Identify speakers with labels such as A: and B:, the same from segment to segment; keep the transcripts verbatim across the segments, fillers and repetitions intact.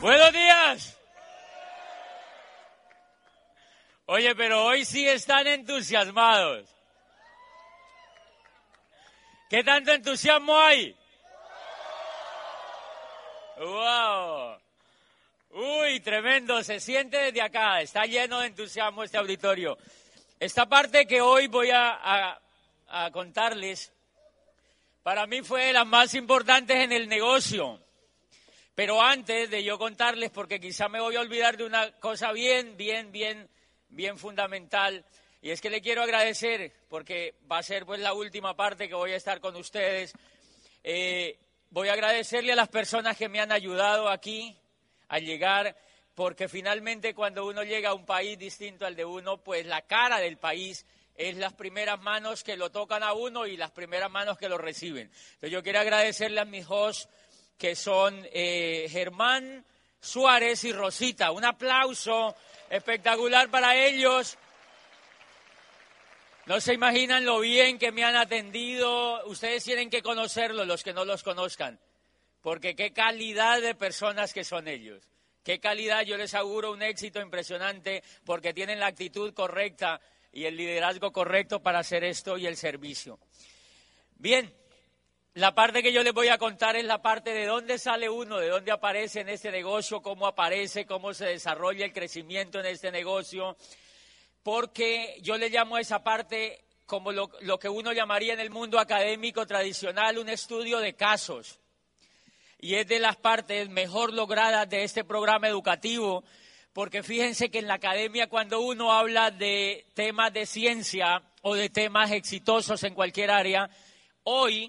A: Buenos días. Oye, pero hoy sí están entusiasmados. ¿Qué tanto entusiasmo hay? ¡Wow! Uy, tremendo, se siente desde acá, está lleno de entusiasmo este auditorio. Esta parte que hoy voy a, a, a contarles, para mí fue de las más importantes en el negocio. Pero antes de yo contarles, porque quizá me voy a olvidar de una cosa bien, bien, bien, bien fundamental, y es que le quiero agradecer, porque va a ser pues la última parte que voy a estar con ustedes. Eh, voy a agradecerle a las personas que me han ayudado aquí a llegar, porque finalmente cuando uno llega a un país distinto al de uno, pues la cara del país es las primeras manos que lo tocan a uno y las primeras manos que lo reciben. Entonces yo quiero agradecerle a mis hosts, que son eh, Germán Suárez y Rosita. Un aplauso espectacular para ellos. No se imaginan lo bien que me han atendido. Ustedes tienen que conocerlos, los que no los conozcan, porque qué calidad de personas que son ellos. Qué calidad, yo les auguro un éxito impresionante, porque tienen la actitud correcta y el liderazgo correcto para hacer esto y el servicio. Bien. La parte que yo les voy a contar es la parte de dónde sale uno, de dónde aparece en este negocio, cómo aparece, cómo se desarrolla el crecimiento en este negocio, porque yo le llamo a esa parte como lo, lo que uno llamaría en el mundo académico tradicional un estudio de casos. Y es de las partes mejor logradas de este programa educativo, porque fíjense que en la academia cuando uno habla de temas de ciencia o de temas exitosos en cualquier área, hoy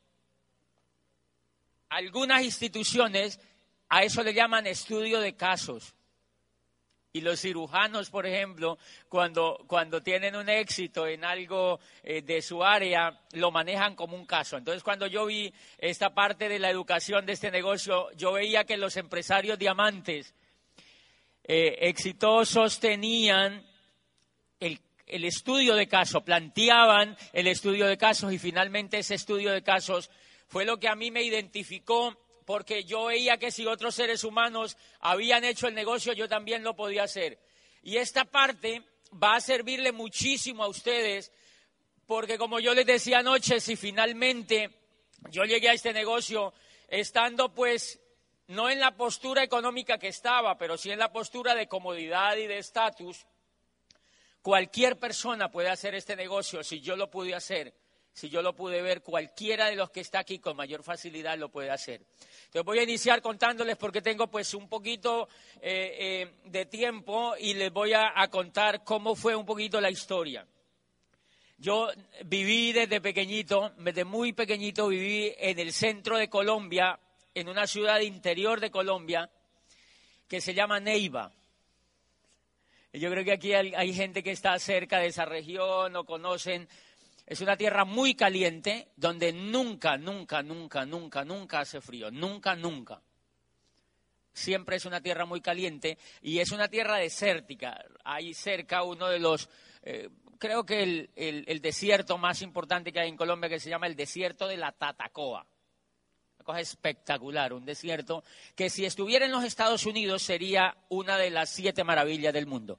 A: algunas instituciones a eso le llaman estudio de casos. Y los cirujanos, por ejemplo, cuando, cuando tienen un éxito en algo eh, de su área, lo manejan como un caso. Entonces, cuando yo vi esta parte de la educación de este negocio, yo veía que los empresarios diamantes eh, exitosos tenían el, el estudio de casos, planteaban el estudio de casos y finalmente ese estudio de casos fue lo que a mí me identificó, porque yo veía que si otros seres humanos habían hecho el negocio, yo también lo podía hacer. Y esta parte va a servirle muchísimo a ustedes, porque como yo les decía anoche, si finalmente yo llegué a este negocio estando pues no en la postura económica que estaba, pero sí en la postura de comodidad y de estatus, cualquier persona puede hacer este negocio si yo lo pude hacer. Si yo lo pude ver, cualquiera de los que está aquí con mayor facilidad lo puede hacer. Entonces voy a iniciar contándoles porque tengo pues un poquito eh, eh, de tiempo y les voy a, a contar cómo fue un poquito la historia. Yo viví desde pequeñito, desde muy pequeñito viví en el centro de Colombia, en una ciudad interior de Colombia que se llama Neiva. Yo creo que aquí hay, hay gente que está cerca de esa región o conocen. Es una tierra muy caliente, donde nunca, nunca, nunca, nunca, nunca hace frío. Nunca, nunca. Siempre es una tierra muy caliente y es una tierra desértica. Hay cerca uno de los, eh, creo que el, el, el desierto más importante que hay en Colombia, que se llama el desierto de la Tatacoa. Una cosa espectacular, un desierto que si estuviera en los Estados Unidos sería una de las siete maravillas del mundo.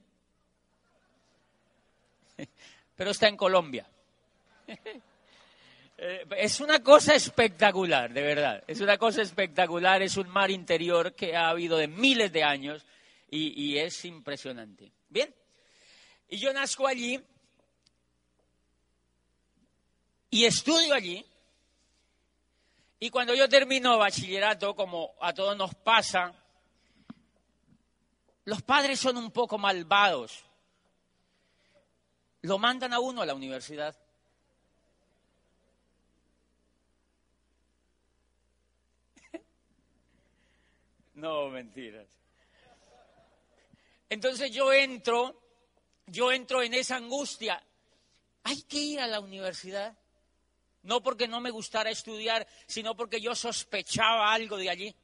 A: Pero está en Colombia. Es una cosa espectacular, de verdad, es una cosa espectacular, es un mar interior que ha habido de miles de años y, y es impresionante. Bien, y yo nazco allí y estudio allí y cuando yo termino bachillerato, como a todos nos pasa, los padres son un poco malvados, lo mandan a uno a la universidad. No, mentiras. Entonces yo entro, yo entro en esa angustia. Hay que ir a la universidad. No porque no me gustara estudiar, sino porque yo sospechaba algo de allí.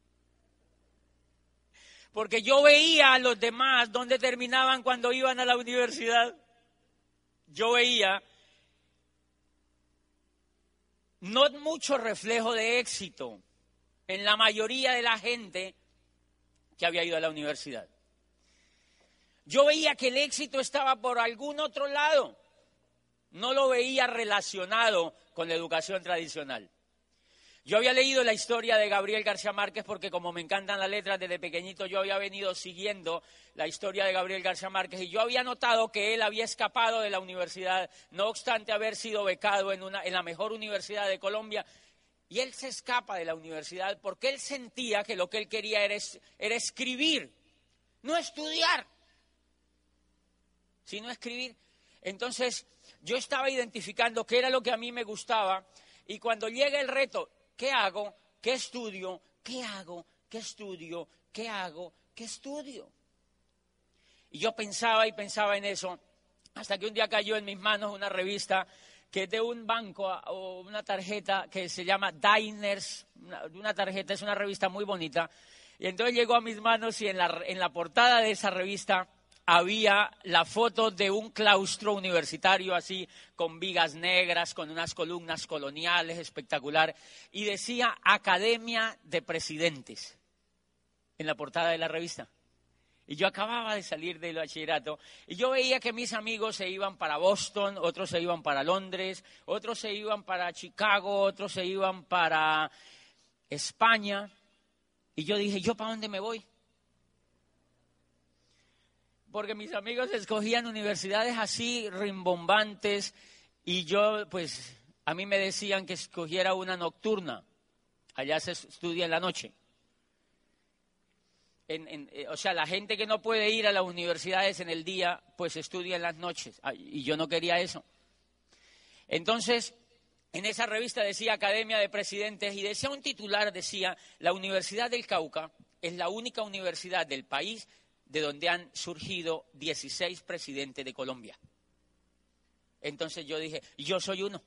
A: Porque yo veía a los demás dónde terminaban cuando iban a la universidad. Yo veía no mucho reflejo de éxito en la mayoría de la gente que había ido a la universidad. Yo veía que el éxito estaba por algún otro lado. No lo veía relacionado con la educación tradicional. Yo había leído la historia de Gabriel García Márquez porque como me encantan las letras desde pequeñito, yo había venido siguiendo la historia de Gabriel García Márquez y yo había notado que él había escapado de la universidad, no obstante haber sido becado en, una, en la mejor universidad de Colombia. Y él se escapa de la universidad porque él sentía que lo que él quería era, era escribir, no estudiar, sino escribir. Entonces yo estaba identificando qué era lo que a mí me gustaba y cuando llega el reto, ¿qué hago? ¿Qué estudio? ¿Qué hago? ¿Qué estudio? ¿Qué hago? ¿Qué estudio? Y yo pensaba y pensaba en eso, hasta que un día cayó en mis manos una revista que es de un banco o una tarjeta que se llama Diners, una, una tarjeta, es una revista muy bonita. Y entonces llegó a mis manos y en la, en la portada de esa revista había la foto de un claustro universitario así, con vigas negras, con unas columnas coloniales, espectacular, y decía Academia de Presidentes en la portada de la revista. Y yo acababa de salir del bachillerato y yo veía que mis amigos se iban para Boston, otros se iban para Londres, otros se iban para Chicago, otros se iban para España. Y yo dije, ¿yo para dónde me voy? Porque mis amigos escogían universidades así rimbombantes y yo, pues, a mí me decían que escogiera una nocturna. Allá se estudia en la noche. En, en, o sea, la gente que no puede ir a las universidades en el día, pues estudia en las noches. Y yo no quería eso. Entonces, en esa revista decía Academia de Presidentes y decía un titular, decía, la Universidad del Cauca es la única universidad del país de donde han surgido dieciséis presidentes de Colombia. Entonces yo dije, yo soy uno.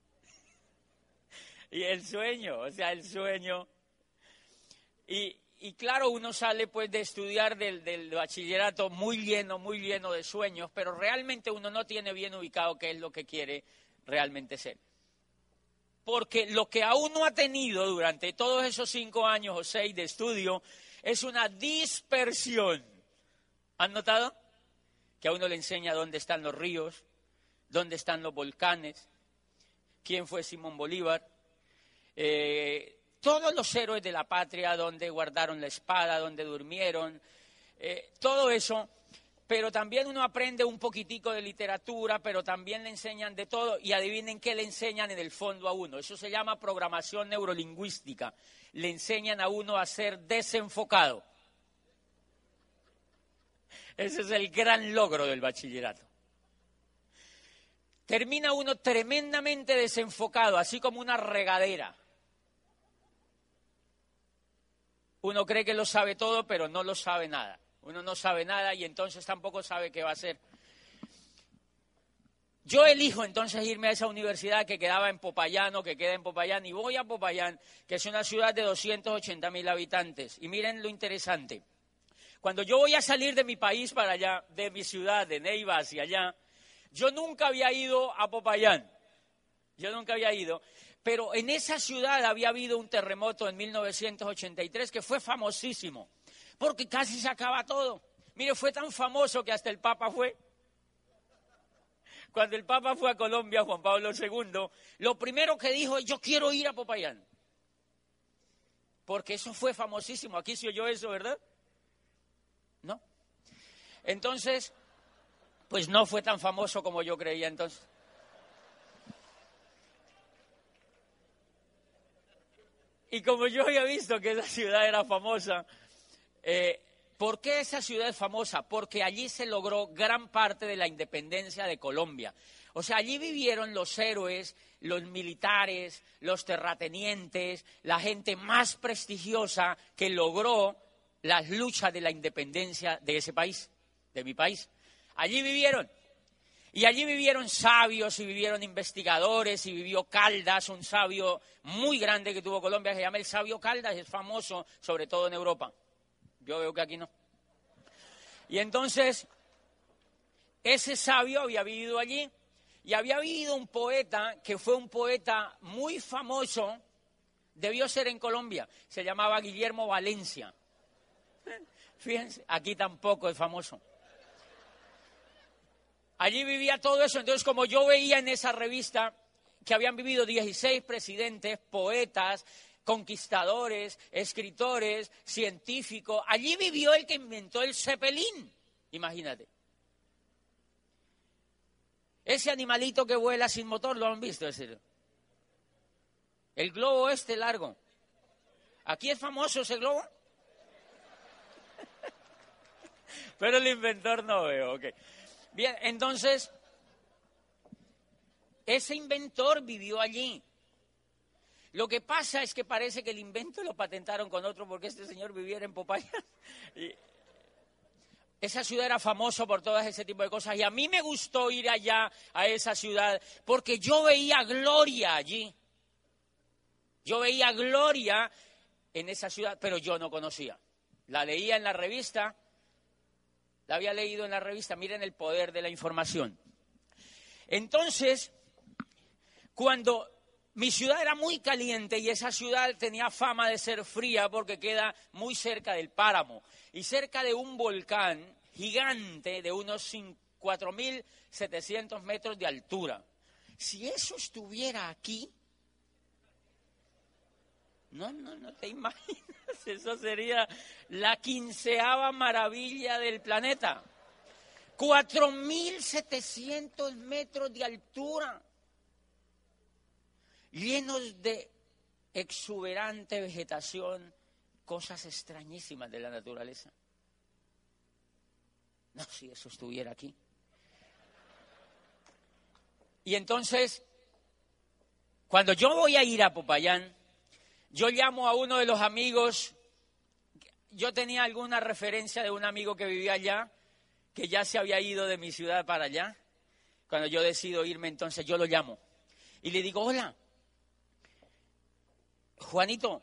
A: Y el sueño, o sea, el sueño. Y... Y claro, uno sale pues de estudiar del, del bachillerato muy lleno, muy lleno de sueños, pero realmente uno no tiene bien ubicado qué es lo que quiere realmente ser. Porque lo que aún no ha tenido durante todos esos cinco años o seis de estudio es una dispersión. ¿Han notado? Que a uno le enseña dónde están los ríos, dónde están los volcanes, quién fue Simón Bolívar, eh... todos los héroes de la patria, donde guardaron la espada, donde durmieron, eh, todo eso, pero también uno aprende un poquitico de literatura, pero también le enseñan de todo, y adivinen qué le enseñan en el fondo a uno. Eso se llama programación neurolingüística. Le enseñan a uno a ser desenfocado. Ese es el gran logro del bachillerato. Termina uno tremendamente desenfocado, así como una regadera. Uno cree que lo sabe todo, pero no lo sabe nada. Uno no sabe nada y entonces tampoco sabe qué va a hacer. Yo elijo entonces irme a esa universidad que quedaba en Popayán o que queda en Popayán y voy a Popayán, que es una ciudad de doscientos ochenta mil habitantes. Y miren lo interesante. Cuando yo voy a salir de mi país para allá, de mi ciudad, de Neiva hacia allá, yo nunca había ido a Popayán. Yo nunca había ido. Pero en esa ciudad había habido un terremoto en mil novecientos ochenta y tres que fue famosísimo, porque casi se acaba todo. Mire, fue tan famoso que hasta el Papa fue. Cuando el Papa fue a Colombia, Juan Pablo segundo, lo primero que dijo es, yo quiero ir a Popayán. Porque eso fue famosísimo. Aquí se oyó eso, ¿verdad? ¿No? Entonces, pues no fue tan famoso como yo creía entonces. Y como yo había visto que esa ciudad era famosa, eh, ¿por qué esa ciudad es famosa? Porque allí se logró gran parte de la independencia de Colombia. O sea, allí vivieron los héroes, los militares, los terratenientes, la gente más prestigiosa que logró las luchas de la independencia de ese país, de mi país. Allí vivieron. Y allí vivieron sabios y vivieron investigadores y vivió Caldas, un sabio muy grande que tuvo Colombia, se llama el sabio Caldas, es famoso sobre todo en Europa. Yo veo que aquí no. Y entonces, ese sabio había vivido allí y había vivido un poeta que fue un poeta muy famoso, debió ser en Colombia, se llamaba Guillermo Valencia. Fíjense, aquí tampoco es famoso. Allí vivía todo eso. Entonces, como yo veía en esa revista que habían vivido dieciséis presidentes, poetas, conquistadores, escritores, científicos, allí vivió el que inventó el Zeppelin. Imagínate. Ese animalito que vuela sin motor, ¿lo han visto? Ese? El globo este largo. ¿Aquí es famoso ese globo? Pero el inventor no veo, ok. Bien, entonces, ese inventor vivió allí. Lo que pasa es que parece que el invento lo patentaron con otro porque este señor viviera en Popayán. Y esa ciudad era famosa por todo ese tipo de cosas. Y a mí me gustó ir allá, a esa ciudad, porque yo veía gloria allí. Yo veía gloria en esa ciudad, pero yo no conocía. La leía en la revista. La había leído en la revista, miren el poder de la información. Entonces, cuando mi ciudad era muy caliente y esa ciudad tenía fama de ser fría porque queda muy cerca del páramo y cerca de un volcán gigante de unos cuatro mil setecientos metros de altura. Si eso estuviera aquí, no, no, no te imaginas, eso sería la quinceava maravilla del planeta. cuatro mil setecientos metros de altura, llenos de exuberante vegetación, cosas extrañísimas de la naturaleza. No, si eso estuviera aquí. Y entonces, cuando yo voy a ir a Popayán, yo llamo a uno de los amigos. Yo tenía alguna referencia de un amigo que vivía allá, que ya se había ido de mi ciudad para allá. Cuando yo decido irme, entonces yo lo llamo. Y le digo, hola, Juanito,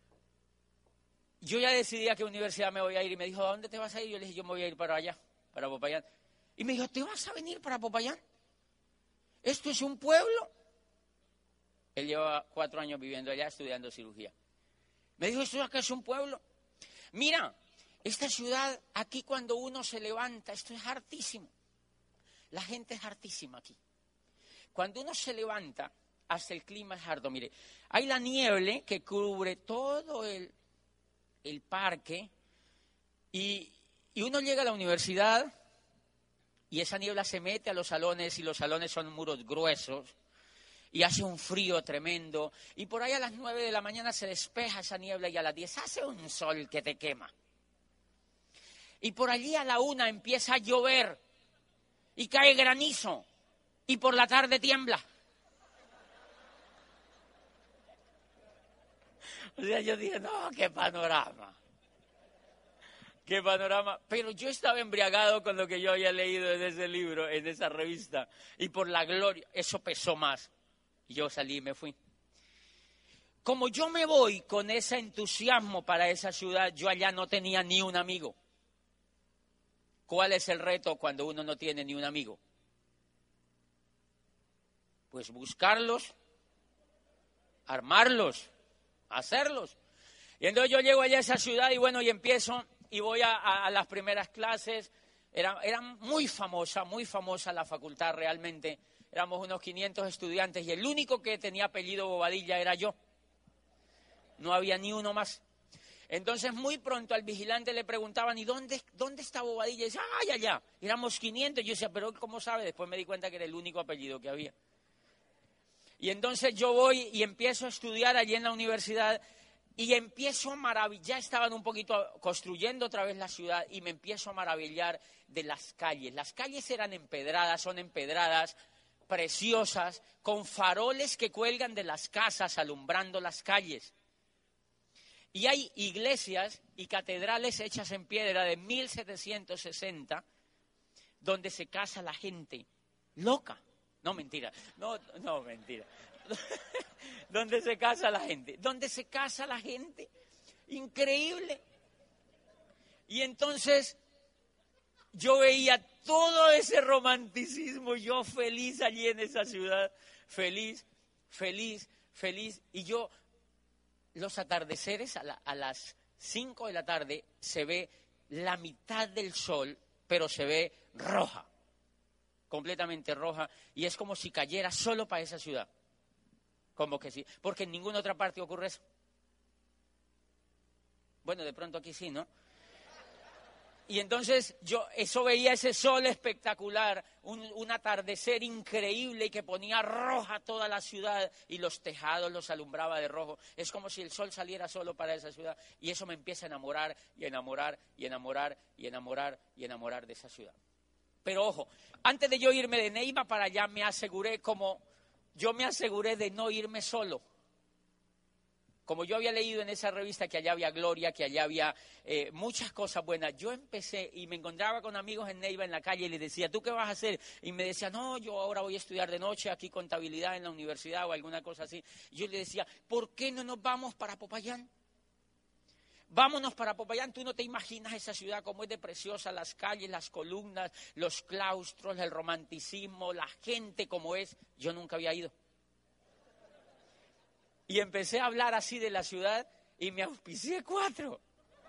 A: yo ya decidí a qué universidad me voy a ir. Y me dijo, ¿a dónde te vas a ir? Yo le dije, yo me voy a ir para allá, para Popayán. Y me dijo, ¿te vas a venir para Popayán? ¿Esto es un pueblo? Él lleva cuatro años viviendo allá, estudiando cirugía. Me dijo, ¿esto acá es un pueblo? Mira, esta ciudad, aquí cuando uno se levanta, esto es hartísimo. La gente es hartísima aquí. Cuando uno se levanta, hasta el clima es harto. Mire, hay la nieve que cubre todo el, el parque y, y uno llega a la universidad y esa niebla se mete a los salones y los salones son muros gruesos. Y hace un frío tremendo, y por ahí a las nueve de la mañana se despeja esa niebla y a las diez hace un sol que te quema. Y por allí a la una empieza a llover, y cae granizo, y por la tarde tiembla. O sea, yo dije, no, qué panorama, qué panorama. Pero yo estaba embriagado con lo que yo había leído en ese libro, en esa revista, y por la gloria, eso pesó más. Y yo salí y me fui. Como yo me voy con ese entusiasmo para esa ciudad, yo allá no tenía ni un amigo. ¿Cuál es el reto cuando uno no tiene ni un amigo? Pues buscarlos, armarlos, hacerlos. Y entonces yo llego allá a esa ciudad y bueno, y empiezo y voy a, a, a las primeras clases. Era, era muy famosa, muy famosa la facultad realmente. Éramos unos quinientos estudiantes y el único que tenía apellido Bobadilla era yo. No había ni uno más. Entonces muy pronto al vigilante le preguntaban, ¿y dónde, dónde está Bobadilla? Y decía, ¡ay, allá! Éramos quinientos. Y yo decía, ¿pero cómo sabe? Después me di cuenta que era el único apellido que había. Y entonces yo voy y empiezo a estudiar allí en la universidad y empiezo a maravillar. Ya estaban un poquito construyendo otra vez la ciudad y me empiezo a maravillar de las calles. Las calles eran empedradas, son empedradas, preciosas, con faroles que cuelgan de las casas alumbrando las calles. Y hay iglesias y catedrales hechas en piedra de mil setecientos sesenta, donde se casa la gente loca. No, mentira. No, no, mentira. Donde se casa la gente. Donde se casa la gente. Increíble. Y entonces yo veía todo ese romanticismo, yo feliz allí en esa ciudad, feliz, feliz, feliz. Y yo, los atardeceres a, la, a las cinco de la tarde se ve la mitad del sol, pero se ve roja, completamente roja, y es como si cayera solo para esa ciudad. Como que sí, porque en ninguna otra parte ocurre eso. Bueno, de pronto aquí sí, ¿no? Y entonces yo eso veía ese sol espectacular, un, un atardecer increíble y que ponía roja toda la ciudad y los tejados los alumbraba de rojo. Es como si el sol saliera solo para esa ciudad y eso me empieza a enamorar y enamorar y enamorar y enamorar y enamorar de esa ciudad. Pero ojo, antes de yo irme de Neiva para allá me aseguré como, yo me aseguré de no irme solo. Como yo había leído en esa revista que allá había gloria, que allá había eh, muchas cosas buenas, yo empecé y me encontraba con amigos en Neiva en la calle y les decía, ¿tú qué vas a hacer? Y me decía, no, yo ahora voy a estudiar de noche aquí contabilidad en la universidad o alguna cosa así. Y yo le decía, ¿por qué no nos vamos para Popayán? Vámonos para Popayán, tú no te imaginas esa ciudad como es de preciosa, las calles, las columnas, los claustros, el romanticismo, la gente como es. Yo nunca había ido. Y empecé a hablar así de la ciudad y me auspicié cuatro.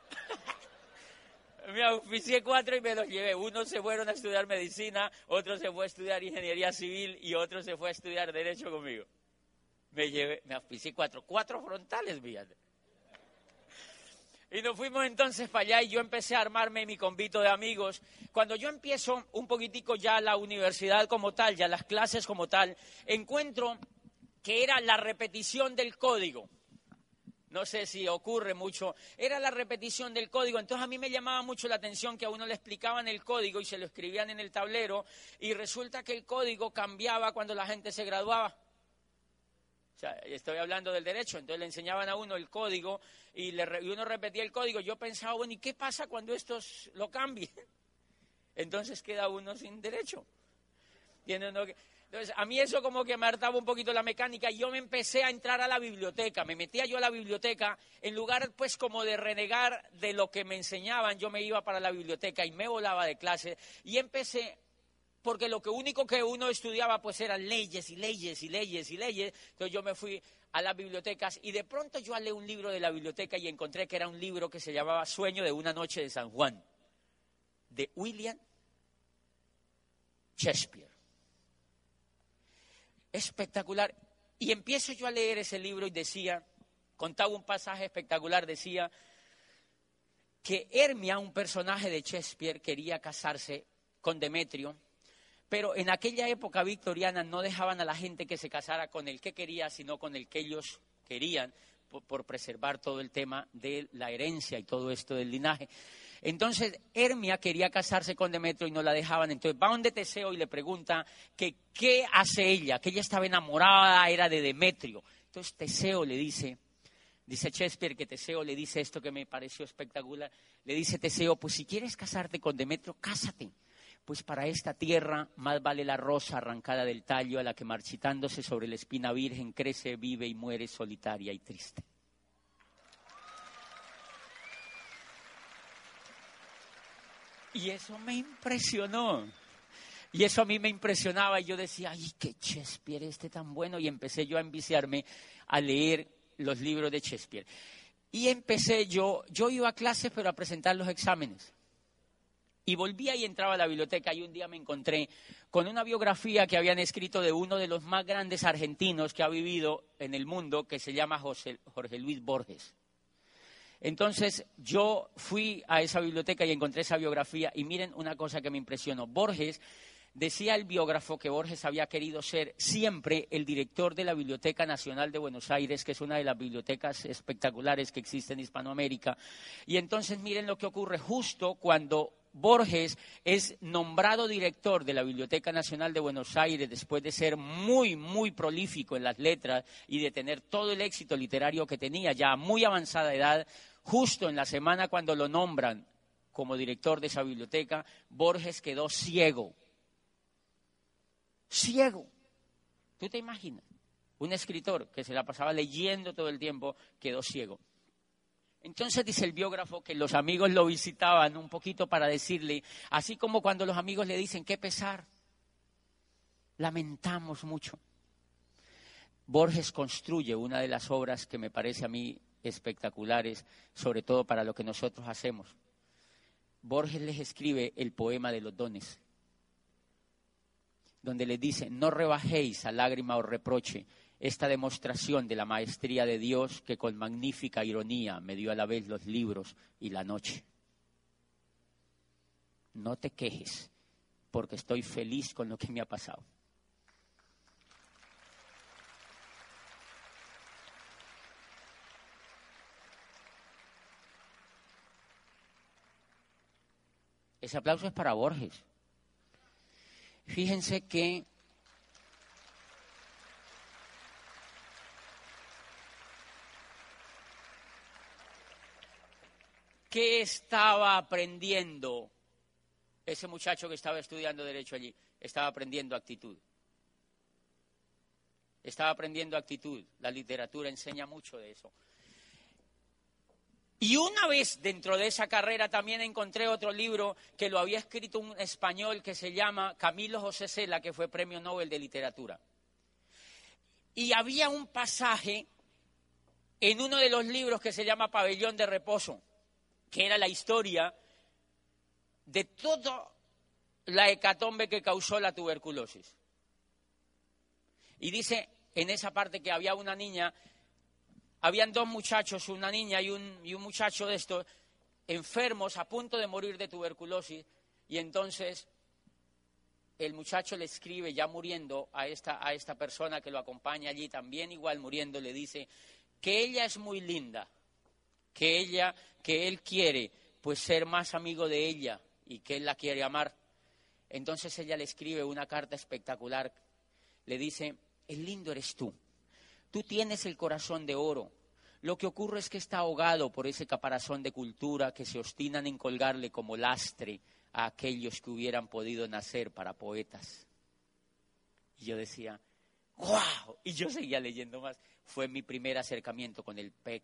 A: me auspicié cuatro y me los llevé. Unos se fueron a estudiar medicina, otro se fue a estudiar ingeniería civil y otro se fue a estudiar derecho conmigo. Me llevé, me auspicié cuatro, cuatro frontales, fíjate. Y nos fuimos entonces para allá y yo empecé a armarme mi convito de amigos. Cuando yo empiezo un poquitico ya la universidad como tal, ya las clases como tal, encuentro que era la repetición del código. No sé si ocurre mucho. Era la repetición del código. Entonces a mí me llamaba mucho la atención que a uno le explicaban el código y se lo escribían en el tablero y resulta que el código cambiaba cuando la gente se graduaba. O sea, estoy hablando del derecho. Entonces le enseñaban a uno el código y, le, y uno repetía el código. Yo pensaba, bueno, ¿y qué pasa cuando estos lo cambien? Entonces queda uno sin derecho. ¿Tiene uno que... Entonces, a mí eso como que me hartaba un poquito la mecánica y yo me empecé a entrar a la biblioteca, me metía yo a la biblioteca, en lugar pues como de renegar de lo que me enseñaban, yo me iba para la biblioteca y me volaba de clase y empecé, porque lo que único que uno estudiaba pues eran leyes y leyes y leyes y leyes, entonces yo me fui a las bibliotecas y de pronto yo leí un libro de la biblioteca y encontré que era un libro que se llamaba Sueño de una noche de San Juan, de William Shakespeare. Espectacular. Y empiezo yo a leer ese libro y decía, contaba un pasaje espectacular, decía que Hermia, un personaje de Shakespeare, quería casarse con Demetrio, pero en aquella época victoriana no dejaban a la gente que se casara con el que quería, sino con el que ellos querían, por, por preservar todo el tema de la herencia y todo esto del linaje. Entonces, Hermia quería casarse con Demetrio y no la dejaban. Entonces, va donde Teseo y le pregunta que qué hace ella, que ella estaba enamorada, era de Demetrio. Entonces, Teseo le dice, dice Shakespeare que Teseo le dice esto que me pareció espectacular. Le dice Teseo, pues si quieres casarte con Demetrio, cásate. Pues para esta tierra más vale la rosa arrancada del tallo a la que marchitándose sobre la espina virgen crece, vive y muere solitaria y triste. Y eso me impresionó. Y eso a mí me impresionaba y yo decía, ay, qué Shakespeare este tan bueno. Y empecé yo a enviciarme a leer los libros de Shakespeare. Y empecé yo, yo iba a clases pero a presentar los exámenes. Y volvía y entraba a la biblioteca y un día me encontré con una biografía que habían escrito de uno de los más grandes argentinos que ha vivido en el mundo, que se llama José, Jorge Luis Borges. Entonces yo fui a esa biblioteca y encontré esa biografía y miren una cosa que me impresionó. Borges, decía el biógrafo que Borges había querido ser siempre el director de la Biblioteca Nacional de Buenos Aires, que es una de las bibliotecas espectaculares que existe en Hispanoamérica. Y entonces miren lo que ocurre justo cuando Borges es nombrado director de la Biblioteca Nacional de Buenos Aires después de ser muy, muy prolífico en las letras y de tener todo el éxito literario que tenía ya a muy avanzada edad. Justo en la semana cuando lo nombran como director de esa biblioteca, Borges quedó ciego. Ciego. ¿Tú te imaginas? Un escritor que se la pasaba leyendo todo el tiempo quedó ciego. Entonces dice el biógrafo que los amigos lo visitaban un poquito para decirle, así como cuando los amigos le dicen, qué pesar, lamentamos mucho. Borges construye una de las obras que me parece a mí espectaculares, sobre todo para lo que nosotros hacemos. Borges les escribe el poema de los dones, donde les dice: no rebajéis a lágrima o reproche esta demostración de la maestría de Dios que con magnífica ironía me dio a la vez los libros y la noche. No te quejes, porque estoy feliz con lo que me ha pasado. Ese aplauso es para Borges. Fíjense que ¿qué estaba aprendiendo ese muchacho que estaba estudiando Derecho allí? Estaba aprendiendo actitud. Estaba aprendiendo actitud. La literatura enseña mucho de eso. Y una vez dentro de esa carrera también encontré otro libro que lo había escrito un español que se llama Camilo José Cela, que fue Premio Nobel de Literatura. Y había un pasaje en uno de los libros que se llama Pabellón de Reposo, que era la historia de toda la hecatombe que causó la tuberculosis. Y dice en esa parte que había una niña, habían dos muchachos, una niña y un, y un muchacho de estos, enfermos, a punto de morir de tuberculosis, y entonces el muchacho le escribe, ya muriendo, a esta, a esta persona que lo acompaña allí, también igual muriendo, le dice que ella es muy linda, que ella, que él quiere, pues ser más amigo de ella y que él la quiere amar. Entonces ella le escribe una carta espectacular, le dice: el lindo eres tú. Tú tienes el corazón de oro. Lo que ocurre es que está ahogado por ese caparazón de cultura que se obstinan en colgarle como lastre a aquellos que hubieran podido nacer para poetas. Y yo decía, ¡guau! Y yo seguía leyendo más. Fue mi primer acercamiento con el P E C.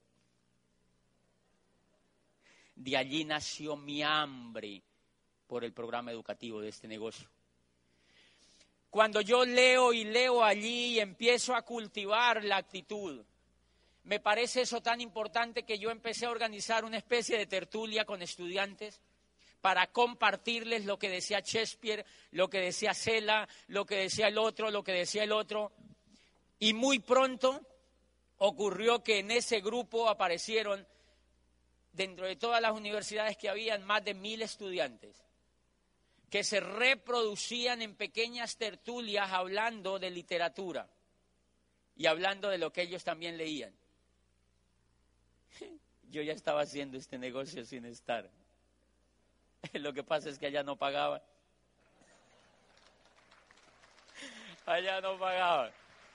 A: De allí nació mi hambre por el programa educativo de este negocio. Cuando yo leo y leo allí y empiezo a cultivar la actitud, me parece eso tan importante que yo empecé a organizar una especie de tertulia con estudiantes para compartirles lo que decía Shakespeare, lo que decía Cela, lo que decía el otro, lo que decía el otro. Y muy pronto ocurrió que en ese grupo aparecieron, dentro de todas las universidades que habían, más de mil estudiantes que se reproducían en pequeñas tertulias hablando de literatura y hablando de lo que ellos también leían. Yo ya estaba haciendo este negocio sin estar. Lo que pasa es que allá no pagaban. Allá no pagaban.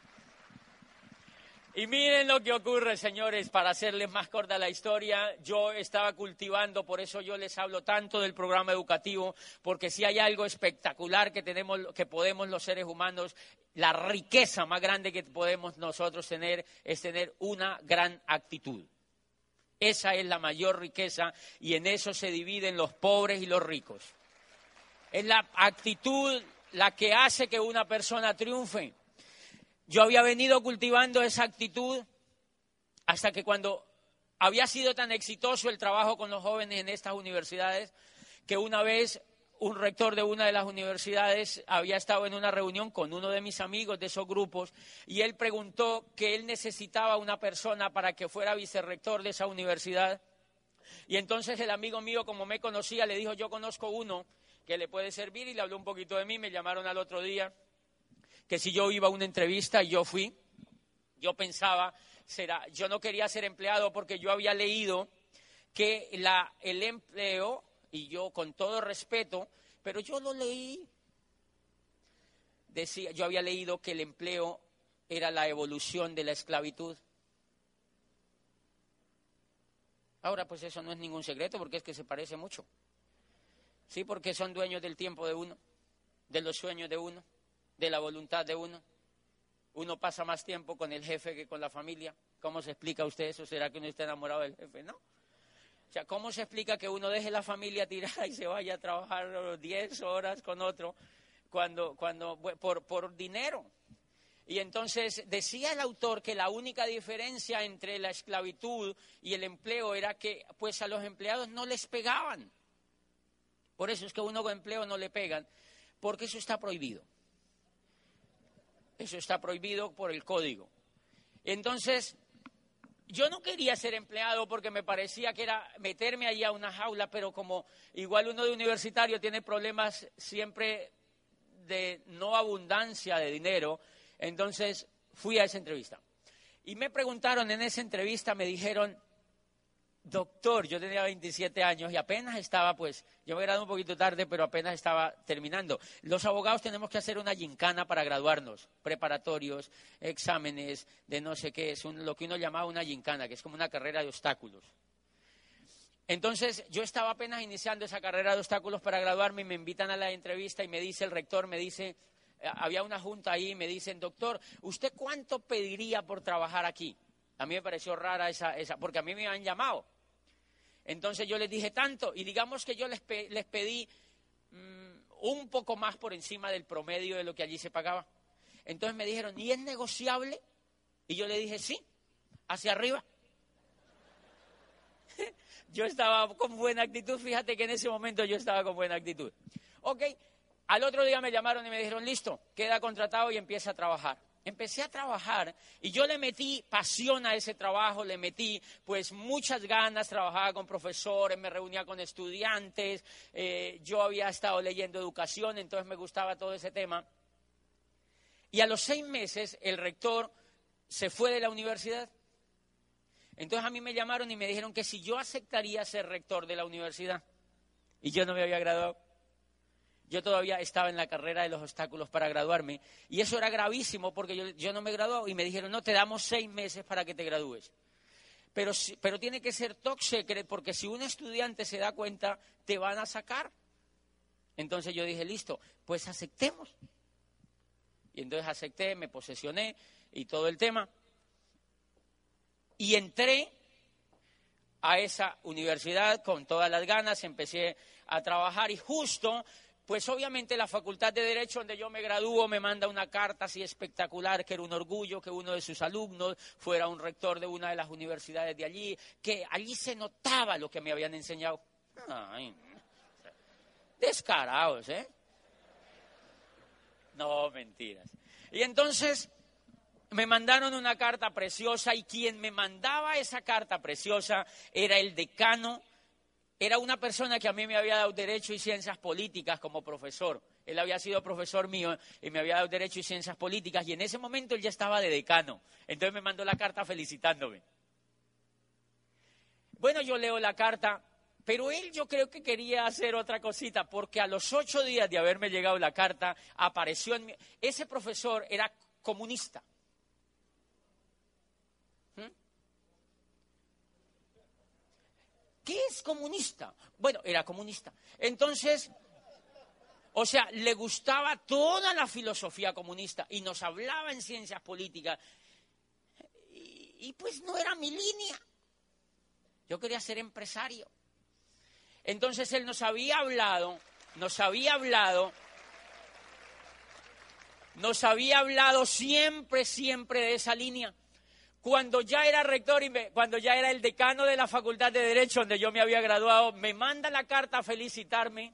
A: Y miren lo que ocurre, señores, para hacerles más corta la historia. Yo estaba cultivando, por eso yo les hablo tanto del programa educativo, porque si hay algo espectacular que tenemos, que podemos los seres humanos, la riqueza más grande que podemos nosotros tener es tener una gran actitud. Esa es la mayor riqueza y en eso se dividen los pobres y los ricos. Es la actitud la que hace que una persona triunfe. Yo había venido cultivando esa actitud hasta que cuando había sido tan exitoso el trabajo con los jóvenes en estas universidades, que una vez un rector de una de las universidades había estado en una reunión con uno de mis amigos de esos grupos y él preguntó que él necesitaba una persona para que fuera vicerrector de esa universidad. Y entonces el amigo mío, como me conocía, le dijo: yo conozco uno que le puede servir, y le habló un poquito de mí. Me llamaron al otro día que si yo iba a una entrevista, y yo fui. Yo pensaba, será, yo no quería ser empleado porque yo había leído que la, el empleo, y yo con todo respeto, pero yo lo leí, decía, yo había leído que el empleo era la evolución de la esclavitud. Ahora, pues eso no es ningún secreto, porque es que se parece mucho. Sí, porque son dueños del tiempo de uno, de los sueños de uno, de la voluntad de uno. Uno pasa más tiempo con el jefe que con la familia. ¿Cómo se explica usted eso? ¿Será que uno está enamorado del jefe? No. O sea, ¿cómo se explica que uno deje la familia tirada y se vaya a trabajar diez horas con otro cuando, cuando por, por dinero? Y entonces decía el autor que la única diferencia entre la esclavitud y el empleo era que pues a los empleados no les pegaban. Por eso es que a uno con empleo no le pegan, porque eso está prohibido. Eso está prohibido por el código. Entonces, yo no quería ser empleado porque me parecía que era meterme allí a una jaula, pero como igual uno de universitario tiene problemas siempre de no abundancia de dinero, entonces fui a esa entrevista. Y me preguntaron en esa entrevista, me dijeron, doctor, yo tenía veintisiete años y apenas estaba, pues, yo me gradué un poquito tarde, pero apenas estaba terminando. Los abogados tenemos que hacer una gincana para graduarnos, preparatorios, exámenes de no sé qué, es un, lo que uno llamaba una gincana, que es como una carrera de obstáculos. Entonces, yo estaba apenas iniciando esa carrera de obstáculos para graduarme y me invitan a la entrevista y me dice el rector, me dice, había una junta ahí y me dicen, doctor, ¿usted cuánto pediría por trabajar aquí? A mí me pareció rara esa, esa, porque a mí me habían llamado. Entonces yo les dije tanto, y digamos que yo les, pe, les pedí mmm, un poco más por encima del promedio de lo que allí se pagaba. Entonces me dijeron, ¿y es negociable? Y yo le dije, sí, hacia arriba. Yo estaba con buena actitud, fíjate que en ese momento yo estaba con buena actitud. Ok, al otro día me llamaron y me dijeron, listo, queda contratado y empieza a trabajar. Empecé a trabajar y yo le metí pasión a ese trabajo, le metí pues muchas ganas, trabajaba con profesores, me reunía con estudiantes, eh, yo había estado leyendo educación, entonces me gustaba todo ese tema. Y a los seis meses el rector se fue de la universidad. Entonces a mí me llamaron y me dijeron que si yo aceptaría ser rector de la universidad. Y yo no me había graduado. Yo todavía estaba en la carrera de los obstáculos para graduarme y eso era gravísimo porque yo, yo no me graduaba y me dijeron, no, te damos seis meses para que te gradúes. Pero, pero tiene que ser top secret porque si un estudiante se da cuenta, te van a sacar. Entonces yo dije, listo, pues aceptemos. Y entonces acepté, me posesioné y todo el tema. Y entré a esa universidad con todas las ganas, empecé a trabajar y justo... Pues obviamente la Facultad de Derecho, donde yo me gradúo, me manda una carta así espectacular, que era un orgullo que uno de sus alumnos fuera un rector de una de las universidades de allí, que allí se notaba lo que me habían enseñado. Ay, descarados, ¿eh? No, mentiras. Y entonces me mandaron una carta preciosa y quien me mandaba esa carta preciosa era el decano. Era una persona que a mí me había dado Derecho y Ciencias Políticas como profesor. Él había sido profesor mío y me había dado Derecho y Ciencias Políticas y en ese momento él ya estaba de decano. Entonces me mandó la carta felicitándome. Bueno, yo leo la carta, pero él yo creo que quería hacer otra cosita porque a los ocho días de haberme llegado la carta apareció en mi... Ese profesor era comunista. ¿Qué es comunista? Bueno, era comunista. Entonces, o sea, le gustaba toda la filosofía comunista y nos hablaba en ciencias políticas. Y, y pues no era mi línea. Yo quería ser empresario. Entonces él nos había hablado, nos había hablado, nos había hablado siempre, siempre de esa línea. Cuando ya era rector y me, cuando ya era el decano de la Facultad de Derecho, donde yo me había graduado, me manda la carta a felicitarme.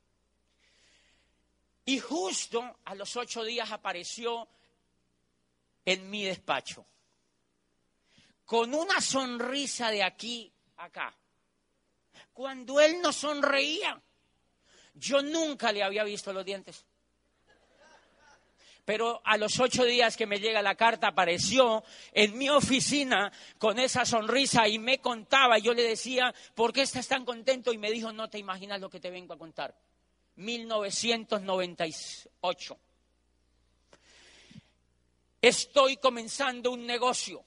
A: Y justo a los ocho días apareció en mi despacho, con una sonrisa de aquí a acá. Cuando él no sonreía, yo nunca le había visto los dientes. Pero a los ocho días que me llega la carta apareció en mi oficina con esa sonrisa y me contaba. Y yo le decía, ¿por qué estás tan contento? Y me dijo, no te imaginas lo que te vengo a contar. mil novecientos noventa y ocho. Estoy comenzando un negocio.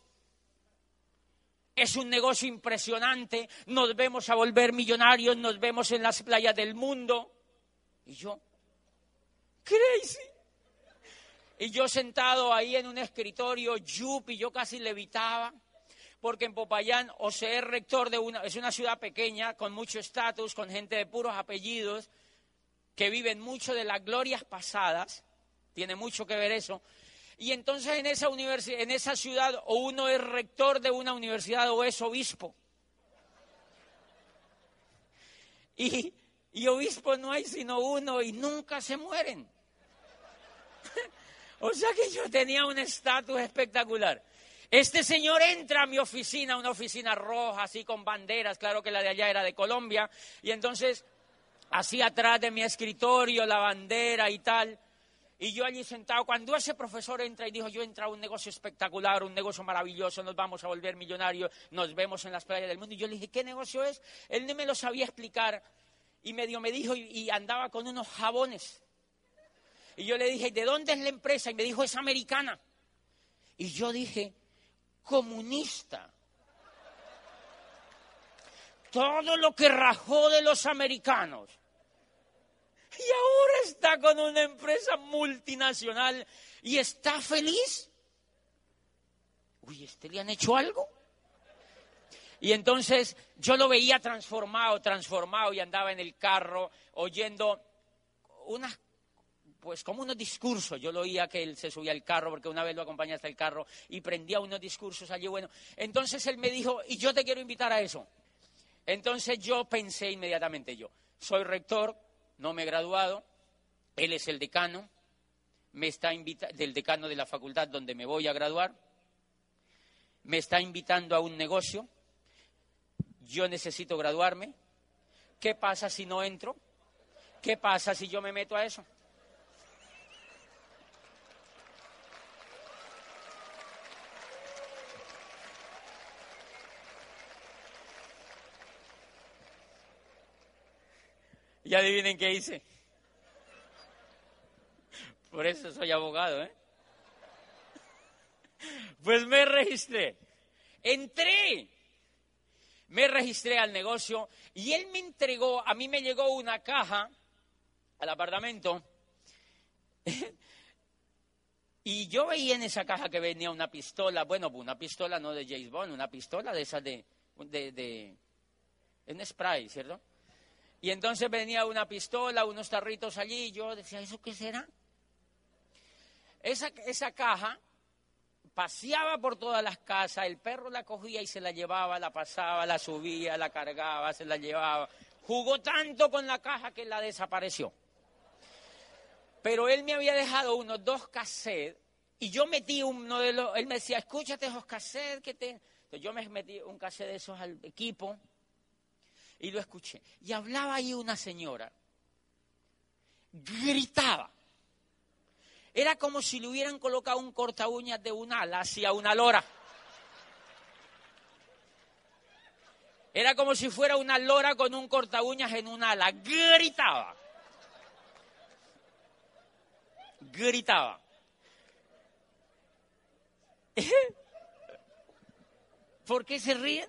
A: Es un negocio impresionante. Nos vemos a volver millonarios, nos vemos en las playas del mundo. Y yo, crazy. Y yo sentado ahí en un escritorio, yupi, yo casi levitaba, porque en Popayán, o sea, es rector de una, es una ciudad pequeña, con mucho estatus, con gente de puros apellidos, que viven mucho de las glorias pasadas, tiene mucho que ver eso. Y entonces en esa universidad, en esa ciudad, o uno es rector de una universidad o es obispo. Y Y obispo no hay sino uno y nunca se mueren. O sea que yo tenía un estatus espectacular. Este señor entra a mi oficina, una oficina roja, así con banderas, claro que la de allá era de Colombia, y entonces, así atrás de mi escritorio, la bandera y tal, y yo allí sentado, cuando ese profesor entra y dijo, yo he entrado a un negocio espectacular, un negocio maravilloso, nos vamos a volver millonarios, nos vemos en las playas del mundo, y yo le dije, ¿qué negocio es? Él no me lo sabía explicar, y medio me dijo, y, y andaba con unos jabones. Y yo le dije, ¿de dónde es la empresa? Y me dijo, es americana. Y yo dije, comunista. Todo lo que rajó de los americanos. Y ahora está con una empresa multinacional y está feliz. Uy, ¿este le han hecho algo? Y entonces yo lo veía transformado, transformado y andaba en el carro oyendo unas, pues como unos discursos. Yo lo oía que él se subía al carro porque una vez lo acompañé hasta el carro y prendía unos discursos allí. Bueno, entonces él me dijo, y yo te quiero invitar a eso. Entonces yo pensé inmediatamente yo, soy rector, no me he graduado, él es el decano, me está invita- del decano de la facultad donde me voy a graduar, me está invitando a un negocio, yo necesito graduarme, ¿qué pasa si no entro? ¿Qué pasa si yo me meto a eso? Y adivinen qué hice. Por eso soy abogado, ¿eh? Pues me registré. Entré. Me registré al negocio y él me entregó, a mí me llegó una caja al apartamento y yo veía en esa caja que venía una pistola, bueno, una pistola no de James Bond, una pistola de esas de, de, de en spray, ¿cierto? Y entonces venía una pistola, unos tarritos allí, y yo decía, ¿eso qué será? Esa, esa caja paseaba por todas las casas, el perro la cogía y se la llevaba, la pasaba, la subía, la cargaba, se la llevaba. Jugó tanto con la caja que la desapareció. Pero él me había dejado unos dos cassettes y yo metí uno de los, él me decía, escúchate esos cassettes que te... Entonces yo me metí un cassette de esos al equipo y lo escuché. Y hablaba ahí una señora, gritaba. Era como si le hubieran colocado un corta uñas de un ala hacia una lora. Era como si fuera una lora con un corta uñas en un ala. Gritaba. Gritaba. ¿Por qué se ríen?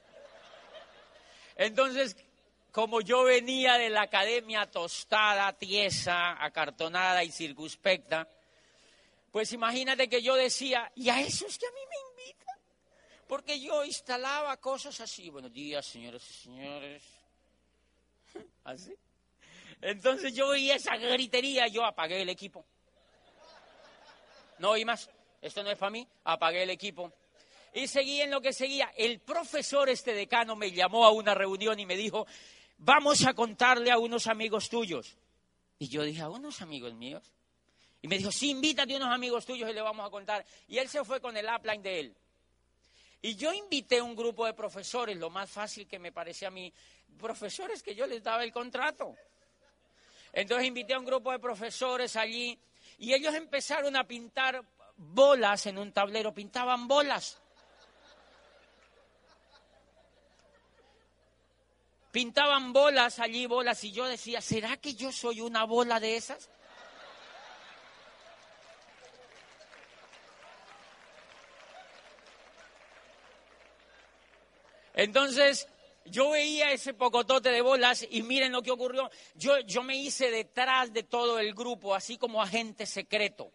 A: Entonces, como yo venía de la academia tostada, tiesa, acartonada y circunspecta, pues imagínate que yo decía, ¿y a eso es que a mí me invitan? Porque yo instalaba cosas así, buenos días, señoras y señores, así. Entonces yo oía esa gritería, yo apagué el equipo. No oí más, esto no es para mí, apagué el equipo. Y seguí en lo que seguía. El profesor, este decano, me llamó a una reunión y me dijo, vamos a contarle a unos amigos tuyos. Y yo dije, ¿a unos amigos míos? Y me dijo, sí, invítate a unos amigos tuyos y le vamos a contar. Y él se fue con el upline de él. Y yo invité a un grupo de profesores, lo más fácil que me parecía a mí, profesores que yo les daba el contrato. Entonces invité a un grupo de profesores allí y ellos empezaron a pintar bolas en un tablero, pintaban bolas. Pintaban bolas allí, bolas, y yo decía, ¿será que yo soy una bola de esas? Entonces, yo veía ese pocotote de bolas y miren lo que ocurrió. Yo, yo me hice detrás de todo el grupo, así como agente secreto.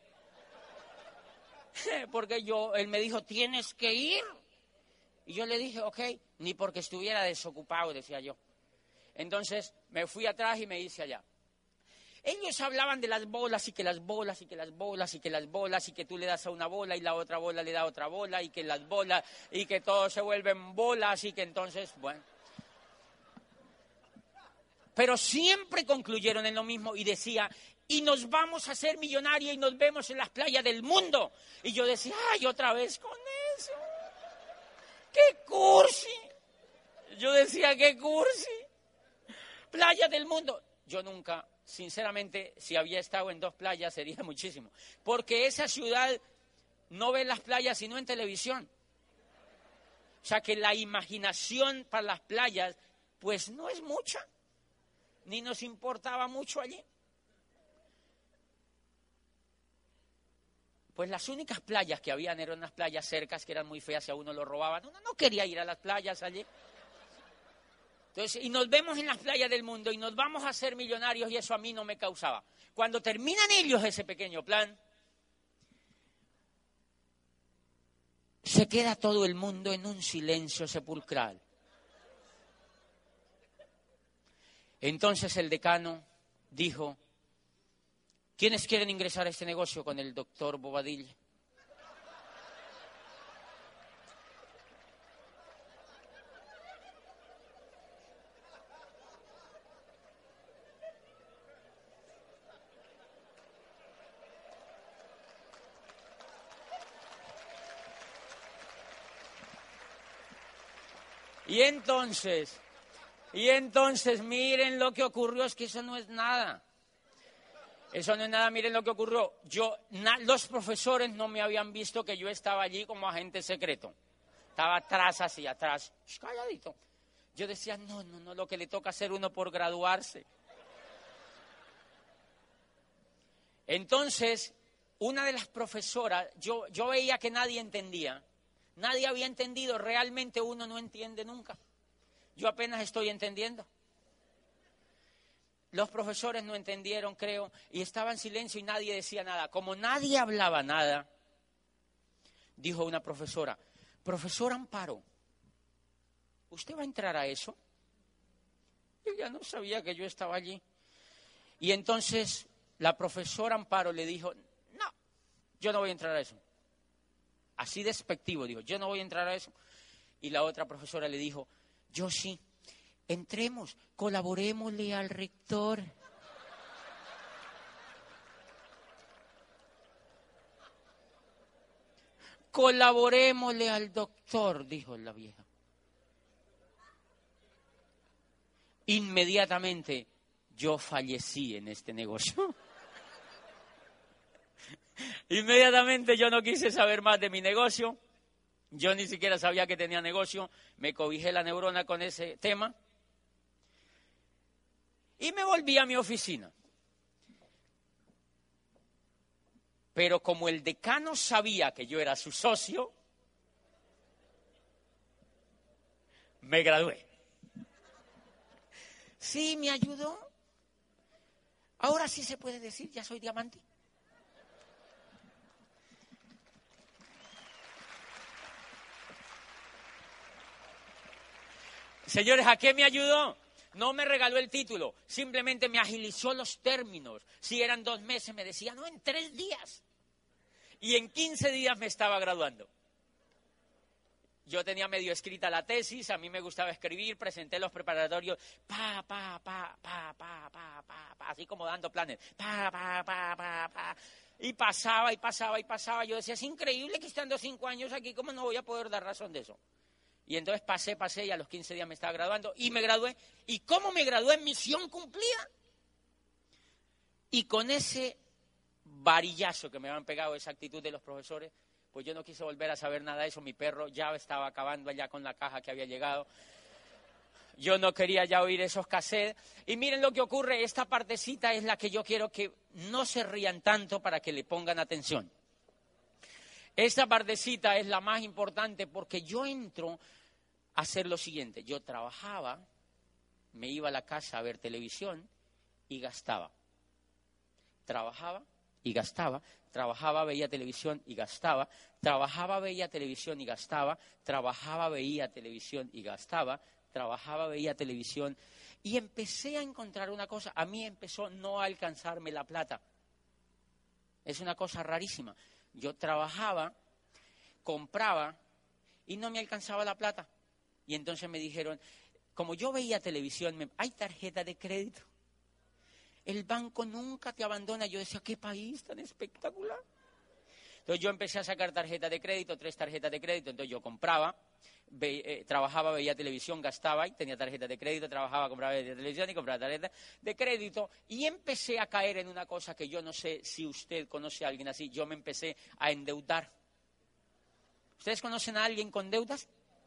A: Porque yo, él me dijo, tienes que ir. Y yo le dije, ok, ni porque estuviera desocupado, decía yo. Entonces me fui atrás y me hice allá. Ellos hablaban de las bolas y que las bolas y que las bolas y que las bolas y que tú le das a una bola y la otra bola le da a otra bola y que las bolas y que todo se vuelven bolas y que entonces, bueno. pero siempre concluyeron en lo mismo y decía, y nos vamos a hacer millonarios y nos vemos en las playas del mundo. Y yo decía, ay, otra vez con eso. ¡Qué cursi! Yo decía, ¡qué cursi! Playa del mundo. Yo nunca, sinceramente, si había estado en dos playas sería muchísimo. Porque esa ciudad no ve las playas sino en televisión. O sea que la imaginación para las playas, pues no es mucha. Ni nos importaba mucho allí. Pues las únicas playas que habían eran unas playas cercas que eran muy feas y a uno lo robaban. Uno no quería ir a las playas allí. Entonces, y nos vemos en las playas del mundo y nos vamos a hacer millonarios y eso a mí no me causaba. Cuando terminan ellos ese pequeño plan, se queda todo el mundo en un silencio sepulcral. Entonces el decano dijo, ¿quiénes quieren ingresar a este negocio con el doctor Bobadilla? Y entonces, y entonces, miren lo que ocurrió, es que eso no es nada. Eso no es nada, miren lo que ocurrió. Yo, na, los profesores no me habían visto que yo estaba allí como agente secreto. Estaba atrás, así, atrás, calladito. Yo decía, no, no, no, lo que le toca hacer uno por graduarse. Entonces, una de las profesoras, yo, yo veía que nadie entendía. Nadie había entendido, realmente uno no entiende nunca. Yo apenas estoy entendiendo. Los profesores no entendieron, creo, y estaba en silencio y nadie decía nada. Como nadie hablaba nada, dijo una profesora, profesor Amparo, ¿usted va a entrar a eso? Yo ya no sabía que yo estaba allí. Y entonces la profesora Amparo le dijo, no, yo no voy a entrar a eso. Así despectivo, dijo, yo no voy a entrar a eso. Y la otra profesora le dijo, yo sí, entremos, colaborémosle al rector. Colaborémosle al doctor, dijo la vieja. Inmediatamente yo fallecí en este negocio. Inmediatamente yo no quise saber más de mi negocio. Yo ni siquiera sabía que tenía negocio. Me cobijé la neurona con ese tema. Y me volví a mi oficina. Pero como el decano sabía que yo era su socio, me gradué. Sí, me ayudó. Ahora sí se puede decir, ya soy diamante. Señores, ¿a qué me ayudó? No me regaló el título, simplemente me agilizó los términos. Si eran dos meses, me decía, no, en tres días. Y en quince días me estaba graduando. Yo tenía medio escrita la tesis, a mí me gustaba escribir, presenté los preparatorios, pa, pa, pa, pa, pa, pa, pa, pa, así como dando planes, pa, pa, pa, pa, pa. Y pasaba y pasaba y pasaba. Yo decía, es increíble que estando cinco años aquí, ¿cómo no voy a poder dar razón de eso? Y entonces pasé, pasé y a los quince días me estaba graduando y me gradué. ¿Y cómo me gradué? Misión cumplida. Y con ese varillazo que me habían pegado, esa actitud de los profesores, pues yo no quise volver a saber nada de eso. Mi perro ya estaba acabando allá con la caja que había llegado. Yo no quería ya oír esos cassettes. Y miren lo que ocurre, esta partecita es la que yo quiero que no se rían tanto para que le pongan atención. Esta partecita es la más importante porque yo entro a hacer lo siguiente. Yo trabajaba, me iba a la casa a ver televisión y gastaba. Trabajaba y gastaba, trabajaba, veía televisión y gastaba, trabajaba, veía televisión y gastaba, trabajaba, veía televisión y gastaba, trabajaba, veía televisión. Y empecé a encontrar una cosa, a mí empezó no a alcanzarme la plata. Es una cosa rarísima. Yo trabajaba, compraba y no me alcanzaba la plata. Y entonces me dijeron, como yo veía televisión, me, hay tarjeta de crédito. El banco nunca te abandona. Yo decía, qué país tan espectacular. Entonces yo empecé a sacar tarjetas de crédito, tres tarjetas de crédito. Entonces yo compraba, ve, eh, trabajaba, veía televisión, gastaba y tenía tarjetas de crédito, trabajaba, compraba veía televisión y compraba tarjetas de crédito. Y empecé a caer en una cosa que yo no sé si usted conoce a alguien así. Yo me empecé a endeudar. ¿Ustedes conocen a alguien con deudas?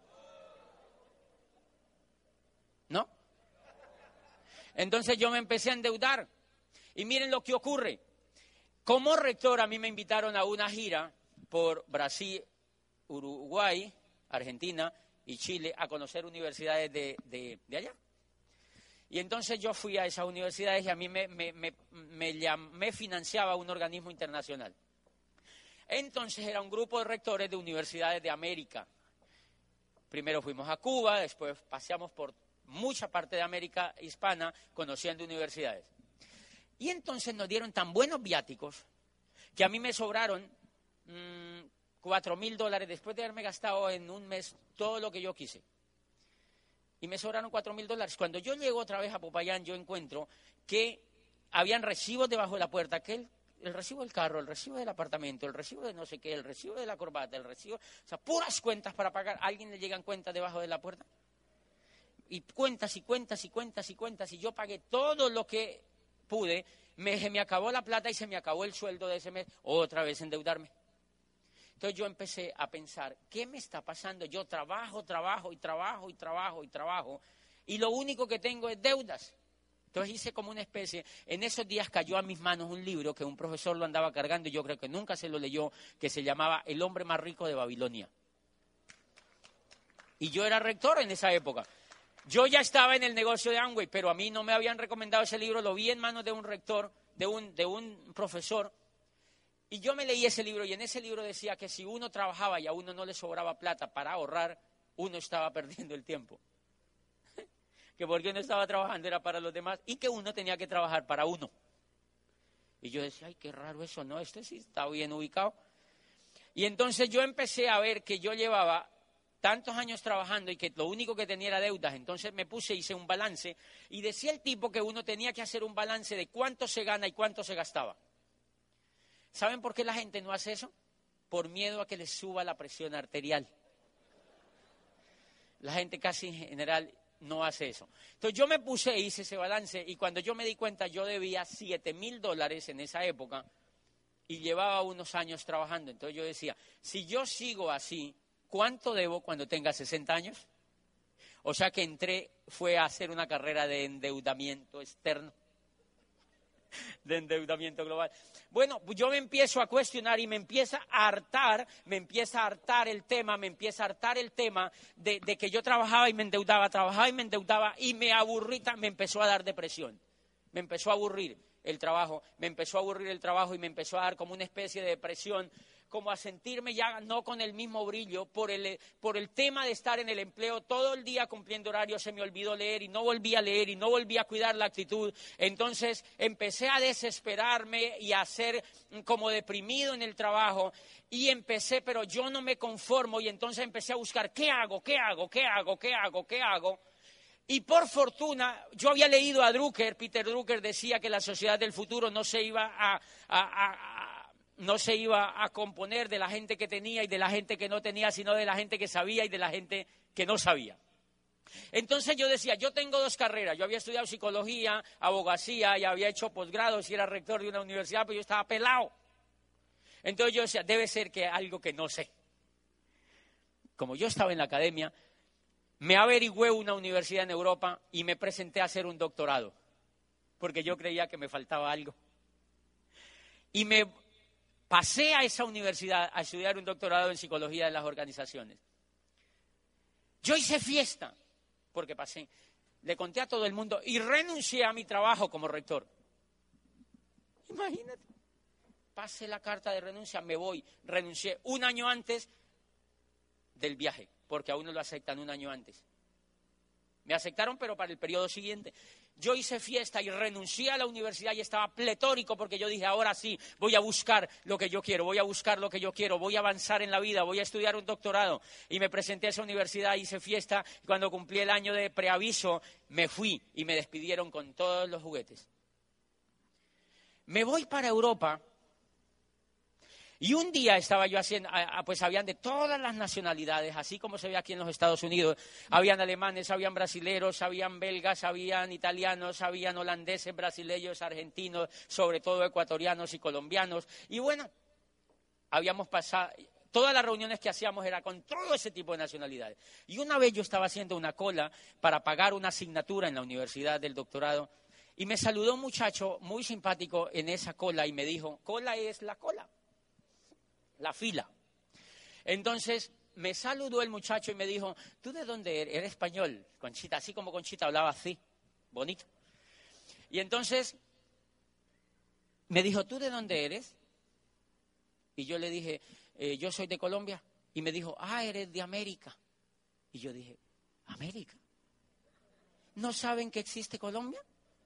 A: ¿No? Entonces yo me empecé a endeudar. Y miren lo que ocurre. Como rector a mí me invitaron a una gira por Brasil, Uruguay, Argentina y Chile a conocer universidades de, de, de allá. Y entonces yo fui a esas universidades y a mí me, me, me, me, llam, me financiaba un organismo internacional. Entonces era un grupo de rectores de universidades de América. Primero fuimos a Cuba, después paseamos por mucha parte de América hispana conociendo universidades. Y entonces nos dieron tan buenos viáticos que a mí me sobraron mmm, cuatro mil dólares después de haberme gastado en un mes todo lo que yo quise. Y me sobraron cuatro mil dólares. Cuando yo llego otra vez a Popayán, yo encuentro que habían recibos debajo de la puerta, que el, el recibo del carro, el recibo del apartamento, el recibo de no sé qué, el recibo de la corbata, el recibo, o sea, puras cuentas para pagar. ¿A alguien le llegan cuentas debajo de la puerta? Y cuentas y cuentas y cuentas y cuentas, y yo pagué todo lo que pude, me, se me acabó la plata y se me acabó el sueldo de ese mes, otra vez endeudarme. Entonces yo empecé a pensar, ¿qué me está pasando? Yo trabajo, trabajo y trabajo y trabajo y trabajo, y lo único que tengo es deudas. Entonces hice como una especie, en esos días cayó a mis manos un libro que un profesor lo andaba cargando y yo creo que nunca se lo leyó, que se llamaba El hombre más rico de Babilonia. Y yo era rector en esa época. Yo ya estaba en el negocio de Amway, pero a mí no me habían recomendado ese libro, lo vi en manos de un rector, de un, de un profesor, y yo me leí ese libro, y en ese libro decía que si uno trabajaba y a uno no le sobraba plata para ahorrar, uno estaba perdiendo el tiempo. Que porque uno estaba trabajando era para los demás, y que uno tenía que trabajar para uno. Y yo decía, ay, qué raro eso, ¿no? Este sí está bien ubicado. Y entonces yo empecé a ver que yo llevaba tantos años trabajando y que lo único que tenía era deudas. Entonces me puse, hice un balance y decía el tipo que uno tenía que hacer un balance de cuánto se gana y cuánto se gastaba. ¿Saben por qué la gente no hace eso? Por miedo a que les suba la presión arterial. La gente casi en general no hace eso. Entonces yo me puse e hice ese balance y cuando yo me di cuenta yo debía siete mil dólares en esa época y llevaba unos años trabajando. Entonces yo decía, si yo sigo así, ¿cuánto debo cuando tenga sesenta años? O sea que entré, fue a hacer una carrera de endeudamiento externo, de endeudamiento global. Bueno, pues yo me empiezo a cuestionar y me empieza a hartar, me empieza a hartar el tema, me empieza a hartar el tema de, de que yo trabajaba y me endeudaba, trabajaba y me endeudaba y me aburrí, me empezó a dar depresión, me empezó a aburrir el trabajo, me empezó a aburrir el trabajo y me empezó a dar como una especie de depresión, como a sentirme ya no con el mismo brillo, por el, por el tema de estar en el empleo todo el día cumpliendo horarios, se me olvidó leer y no volví a leer y no volví a cuidar la actitud. Entonces empecé a desesperarme y a ser como deprimido en el trabajo y empecé, pero yo no me conformo y entonces empecé a buscar, ¿qué hago? ¿Qué hago? ¿Qué hago? ¿Qué hago? ¿Qué hago? Y por fortuna, yo había leído a Drucker, Peter Drucker decía que la sociedad del futuro no se iba a... a, a, a no se iba a componer de la gente que tenía y de la gente que no tenía, sino de la gente que sabía y de la gente que no sabía. Entonces yo decía, yo tengo dos carreras, yo había estudiado psicología, abogacía y había hecho posgrados y era rector de una universidad, pero yo estaba pelado. Entonces yo decía, debe ser que algo que no sé. Como yo estaba en la academia, me averigüé una universidad en Europa y me presenté a hacer un doctorado, porque yo creía que me faltaba algo. Y me pasé a esa universidad a estudiar un doctorado en psicología de las organizaciones. Yo hice fiesta, porque pasé, le conté a todo el mundo y renuncié a mi trabajo como rector. Imagínate, pasé la carta de renuncia, me voy, renuncié un año antes del viaje, porque a uno lo aceptan un año antes. Me aceptaron, pero para el periodo siguiente. yo hice fiesta y renuncié a la universidad y estaba pletórico porque yo dije, ahora sí, voy a buscar lo que yo quiero, voy a buscar lo que yo quiero, voy a avanzar en la vida, voy a estudiar un doctorado. Y me presenté a esa universidad, hice fiesta, y cuando cumplí el año de preaviso, me fui y me despidieron con todos los juguetes. Me voy para Europa. Y un día estaba yo haciendo, pues habían de todas las nacionalidades, así como se ve aquí en los Estados Unidos. Habían alemanes, habían brasileros, habían belgas, habían italianos, habían holandeses, brasileños, argentinos, sobre todo ecuatorianos y colombianos. Y bueno, habíamos pasado, todas las reuniones que hacíamos era con todo ese tipo de nacionalidades. Y una vez yo estaba haciendo una cola para pagar una asignatura en la universidad del doctorado y me saludó un muchacho muy simpático en esa cola y me dijo, cola es la cola. La fila. Entonces me saludó el muchacho y me dijo, ¿tú de dónde eres? Eres español, Conchita, así como Conchita hablaba así, bonito. Y entonces me dijo, ¿tú de dónde eres? Y yo le dije, eh, yo soy de Colombia. Y me dijo, ah, eres de América. Y yo dije, ¿América? ¿No saben que existe Colombia?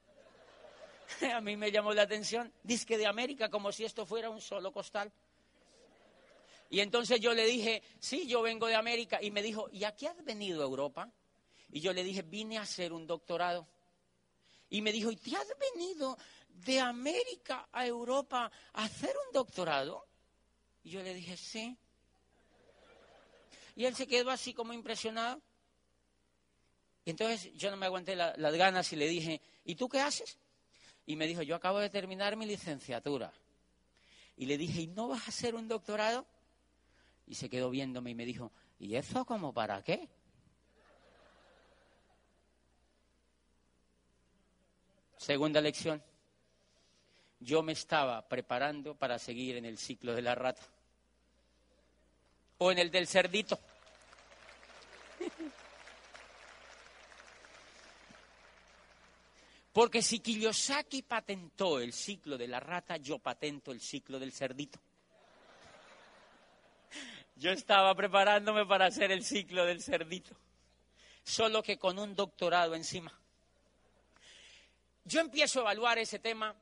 A: A mí me llamó la atención, dice que de América, como si esto fuera un solo costal. Y entonces yo le dije, sí, yo vengo de América. Y me dijo, ¿y a qué has venido a Europa? Y yo le dije, vine a hacer un doctorado. Y me dijo, ¿y te has venido de América a Europa a hacer un doctorado? Y yo le dije, sí. Y él se quedó así como impresionado. Y entonces yo no me aguanté la, las ganas y le dije, ¿y tú qué haces? Y me dijo, yo acabo de terminar mi licenciatura. Y le dije, ¿y no vas a hacer un doctorado? Y se quedó viéndome y me dijo, ¿y eso como para qué? Segunda lección. Yo me estaba preparando para seguir en el ciclo de la rata. O en el del cerdito. Porque si Kiyosaki patentó el ciclo de la rata, yo patento el ciclo del cerdito. Yo estaba preparándome para hacer el ciclo del cerdito, solo que con un doctorado encima. Yo empiezo a evaluar ese tema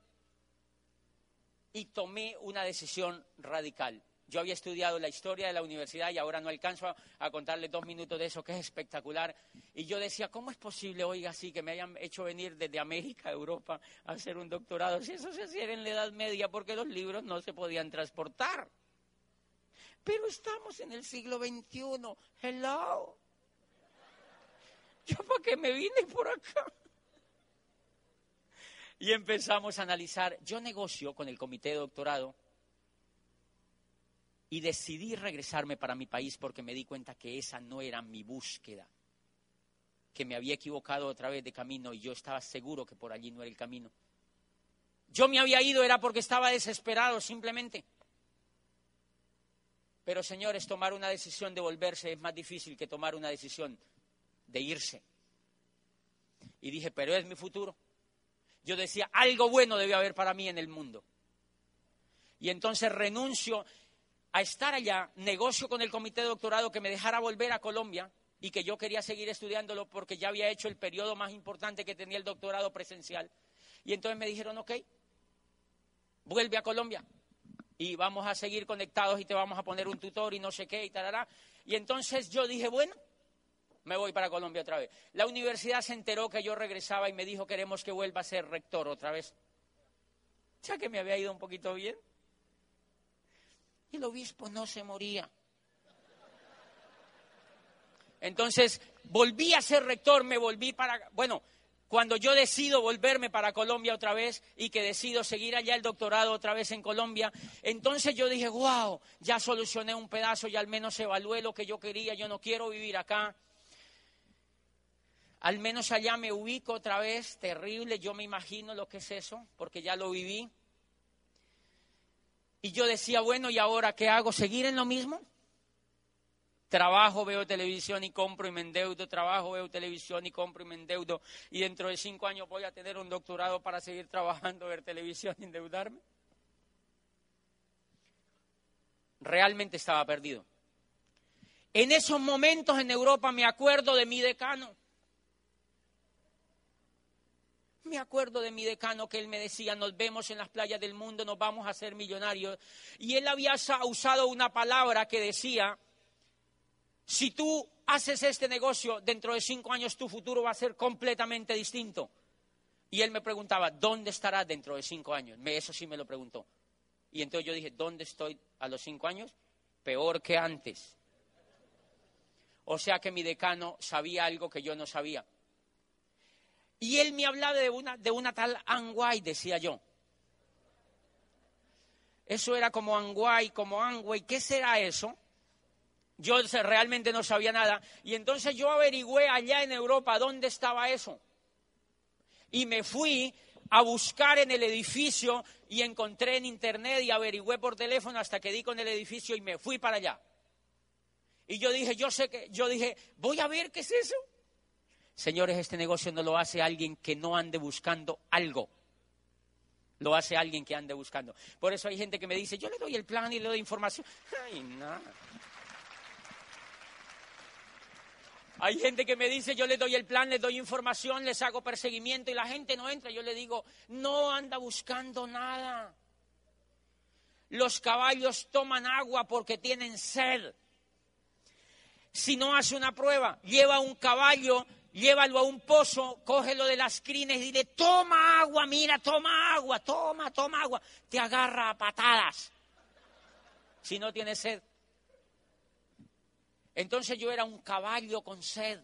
A: y tomé una decisión radical. Yo había estudiado la historia de la universidad y ahora no alcanzo a, a contarles dos minutos de eso, que es espectacular. Y yo decía, ¿cómo es posible, oiga, así que me hayan hecho venir desde América a Europa a hacer un doctorado? Si eso se hacía en la Edad Media, porque los libros no se podían transportar. Pero estamos en el siglo veintiuno. Hello. ¿Yo para qué me vine por acá? Y empezamos a analizar. Yo negocio con el comité de doctorado y decidí regresarme para mi país porque me di cuenta que esa no era mi búsqueda, que me había equivocado otra vez de camino y yo estaba seguro que por allí no era el camino. Yo me había ido era porque estaba desesperado simplemente. Pero, señores, tomar una decisión de volverse es más difícil que tomar una decisión de irse. Y dije, pero es mi futuro. Yo decía, algo bueno debe haber para mí en el mundo. Y entonces renuncio a estar allá, negocio con el comité de doctorado que me dejara volver a Colombia y que yo quería seguir estudiándolo porque ya había hecho el periodo más importante que tenía el doctorado presencial. Y entonces me dijeron, ok, vuelve a Colombia. Y vamos a seguir conectados y te vamos a poner un tutor y no sé qué y tarará. Y entonces yo dije, bueno, me voy para Colombia otra vez. La universidad se enteró que yo regresaba y me dijo, queremos que vuelva a ser rector otra vez. Ya que me había ido un poquito bien. Y el obispo no se moría. Entonces volví a ser rector, me volví para... Bueno, cuando yo decido volverme para Colombia otra vez y que decido seguir allá el doctorado otra vez en Colombia, entonces yo dije, wow, ya solucioné un pedazo, ya al menos evalué lo que yo quería, yo no quiero vivir acá. Al menos allá me ubico otra vez, terrible, yo me imagino lo que es eso, porque ya lo viví. Y yo decía, bueno, ¿y ahora qué hago? ¿Seguir en lo mismo? Trabajo, veo televisión y compro y me endeudo, trabajo, veo televisión y compro y me endeudo, y dentro de cinco años voy a tener un doctorado para seguir trabajando, ver televisión y endeudarme. Realmente estaba perdido. En esos momentos en Europa me acuerdo de mi decano. Me acuerdo de mi decano que él me decía, nos vemos en las playas del mundo, nos vamos a hacer millonarios. Y él había usado una palabra que decía, si tú haces este negocio, dentro de cinco años tu futuro va a ser completamente distinto. Y él me preguntaba, ¿dónde estarás dentro de cinco años? Eso sí me lo preguntó. Y entonces yo dije, ¿dónde estoy a los cinco años? Peor que antes. O sea que mi decano sabía algo que yo no sabía. Y él me hablaba de una, de una tal Anne White, decía yo. Eso era como Anne White, como Anne White. ¿Qué será eso? Yo realmente no sabía nada. Y entonces yo averigüé allá en Europa dónde estaba eso. Y me fui a buscar en el edificio y encontré en internet y averigüé por teléfono hasta que di con el edificio y me fui para allá. Y yo dije, yo sé que, yo dije, voy a ver qué es eso. Señores, este negocio no lo hace alguien que no ande buscando algo. Lo hace alguien que ande buscando. Por eso hay gente que me dice, yo le doy el plan y le doy información. Ay, nada. Hay gente que me dice, yo le doy el plan, les doy información, les hago perseguimiento y la gente no entra. Yo le digo, no anda buscando nada. Los caballos toman agua porque tienen sed. Si no hace una prueba, lleva un caballo, llévalo a un pozo, cógelo de las crines y dile, toma agua, mira, toma agua, toma, toma agua. Te agarra a patadas si no tiene sed. Entonces yo era un caballo con sed.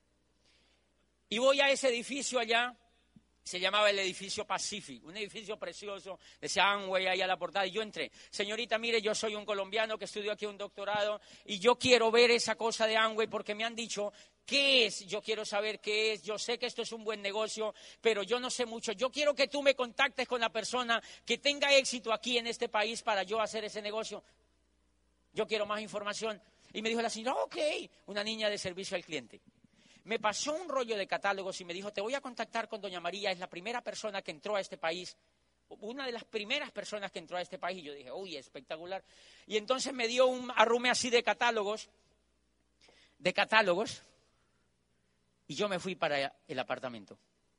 A: Y voy a ese edificio allá, se llamaba el edificio Pacific, un edificio precioso, decía Amway ahí a la portada, y yo entré. Señorita, mire, yo soy un colombiano que estudió aquí un doctorado, y yo quiero ver esa cosa de Amway porque me han dicho, ¿qué es? Yo quiero saber qué es, yo sé que esto es un buen negocio, pero yo no sé mucho. Yo quiero que tú me contactes con la persona que tenga éxito aquí en este país para yo hacer ese negocio. Yo quiero más información. Y me dijo la señora, ok, una niña de servicio al cliente. Me pasó un rollo de catálogos y me dijo, te voy a contactar con doña María, es la primera persona que entró a este país, una de las primeras personas que entró a este país. Y yo dije, uy, espectacular. Y entonces me dio un arrume así de catálogos, de catálogos, y yo me fui para el apartamento.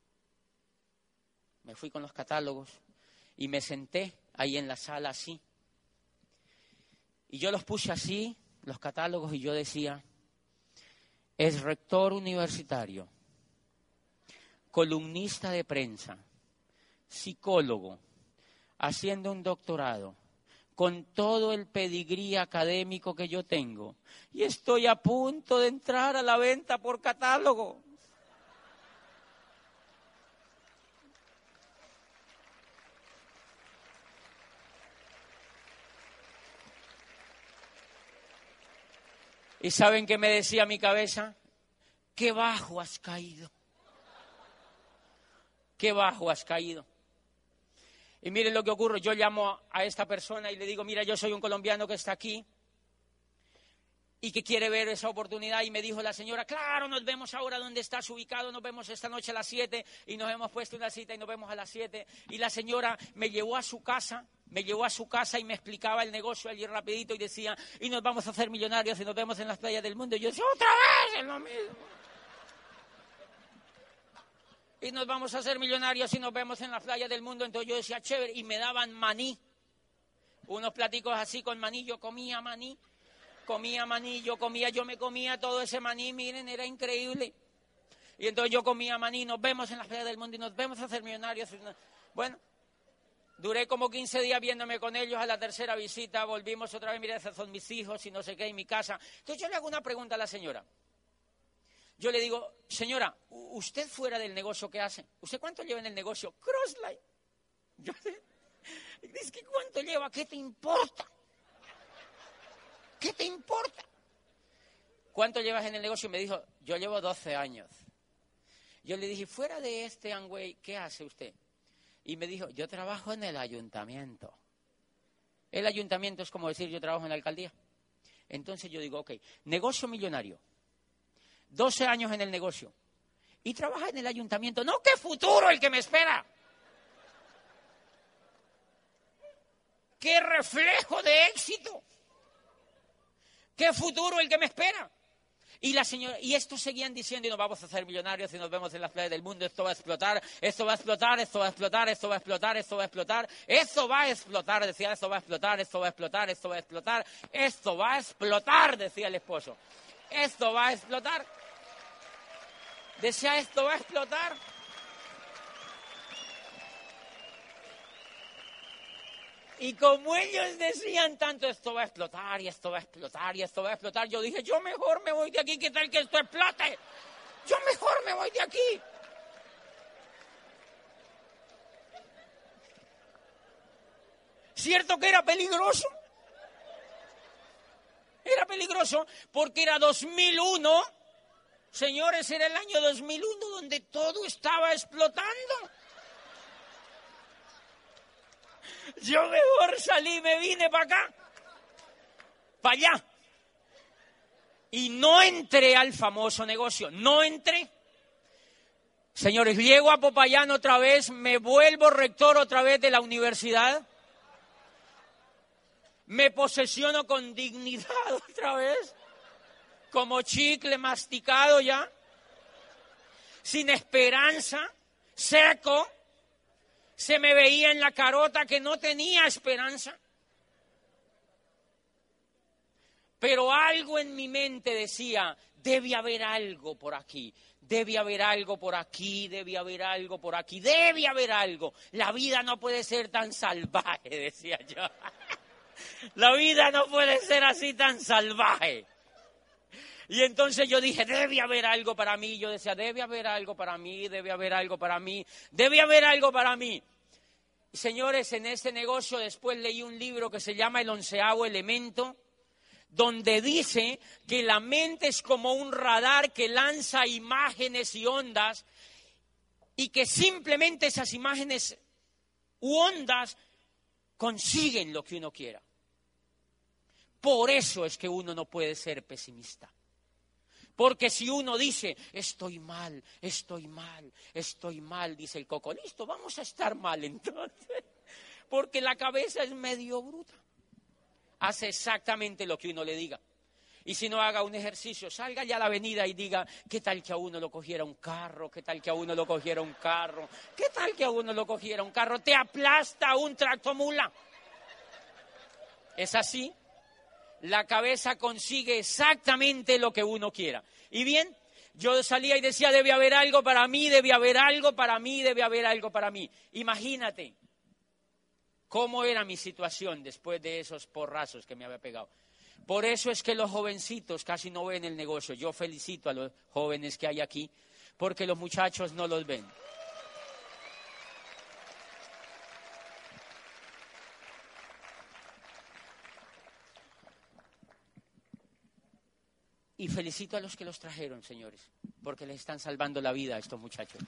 A: Me fui con los catálogos y me senté ahí en la sala así. Y yo los puse así, los catálogos, y yo decía, es rector universitario, columnista de prensa, psicólogo, haciendo un doctorado, con todo el pedigrí académico que yo tengo, y estoy a punto de entrar a la venta por catálogo. ¿Y saben qué me decía mi cabeza? ¡Qué bajo has caído! ¡Qué bajo has caído! Y miren lo que ocurre, yo llamo a esta persona y le digo, mira, yo soy un colombiano que está aquí y que quiere ver esa oportunidad. Y me dijo la señora, claro, nos vemos ahora donde estás ubicado, nos vemos esta noche a las siete, y nos hemos puesto una cita y nos vemos a las siete. Y la señora me llevó a su casa, me llevó a su casa y me explicaba el negocio allí rapidito y decía, y nos vamos a hacer millonarios y nos vemos en las playas del mundo. Y yo decía, otra vez es lo mismo. Y nos vamos a hacer millonarios y nos vemos en las playas del mundo. Entonces yo decía, chévere, y me daban maní, unos platicos así con maní. Yo comía maní, comía maní, yo comía, yo me comía todo ese maní, miren, era increíble. Y entonces yo comía maní, nos vemos en las playas del mundo y nos vemos a hacer millonarios. Bueno, duré como quince días viéndome con ellos. A la tercera visita volvimos otra vez, mira, esos son mis hijos y no sé qué, en mi casa. Entonces yo le hago una pregunta a la señora. Yo le digo, señora, usted fuera del negocio, ¿qué hace? ¿Usted cuánto lleva en el negocio? Crossline. Yo dice, ¿qué cuánto lleva? ¿Qué te importa? ¿Qué te importa? ¿Cuánto llevas en el negocio? Y me dijo, yo llevo doce años. Yo le dije, fuera de este Amway, ¿qué hace usted? Y me dijo, yo trabajo en el ayuntamiento. El ayuntamiento es como decir, yo trabajo en la alcaldía. Entonces yo digo, ok, negocio millonario. doce años en el negocio. Y trabaja en el ayuntamiento. No, qué futuro el que me espera. Qué reflejo de éxito. Qué futuro el que me espera. Y la señora, y estos seguían diciendo, y nos vamos a hacer millonarios y nos vemos en las playas del mundo, esto va a explotar, esto va a explotar, esto va a explotar, esto va a explotar, esto va a explotar, esto va a explotar, decía, esto va a explotar, esto va a explotar, esto va a explotar, esto va a explotar, decía el esposo. Esto va a explotar. Decía, esto va a explotar. Y como ellos decían tanto, esto va a explotar, y esto va a explotar, y esto va a explotar, yo dije, yo mejor me voy de aquí, ¿qué tal que esto explote? Yo mejor me voy de aquí. ¿Cierto que era peligroso? Era peligroso porque era dos mil uno, señores, era el año dos mil uno donde todo estaba explotando. Yo mejor salí, me vine para acá, para allá. Y no entré al famoso negocio, no entré. Señores, llego a Popayán otra vez, me vuelvo rector otra vez de la universidad. Me posesiono con dignidad otra vez, como chicle masticado ya, sin esperanza, seco. Se me veía en la carota que no tenía esperanza. Pero algo en mi mente decía, debe haber algo por aquí, debe haber algo por aquí, debe haber algo por aquí, debe haber algo. La vida no puede ser tan salvaje, decía yo. La vida no puede ser así tan salvaje. Y entonces yo dije, debe haber algo para mí. Yo decía, debe haber algo para mí, debe haber algo para mí, debe haber algo para mí. Y señores, en este negocio después leí un libro que se llama El onceavo elemento, donde dice que la mente es como un radar que lanza imágenes y ondas y que simplemente esas imágenes u ondas consiguen lo que uno quiera. Por eso es que uno no puede ser pesimista. Porque si uno dice, estoy mal, estoy mal, estoy mal, dice el coco, listo, vamos a estar mal entonces. Porque la cabeza es medio bruta. Hace exactamente lo que uno le diga. Y si no, haga un ejercicio, salga ya a la avenida y diga, ¿qué tal que a uno lo cogiera un carro? ¿Qué tal que a uno lo cogiera un carro? ¿Qué tal que a uno lo cogiera un carro? Te aplasta un tractomula. ¿Es así? La cabeza consigue exactamente lo que uno quiera. Y bien, yo salía y decía, debe haber algo para mí, debe haber algo para mí, debe haber algo para mí. Imagínate cómo era mi situación después de esos porrazos que me había pegado. Por eso es que los jovencitos casi no ven el negocio. Yo felicito a los jóvenes que hay aquí, porque los muchachos no los ven. Y felicito a los que los trajeron, señores, porque les están salvando la vida a estos muchachos.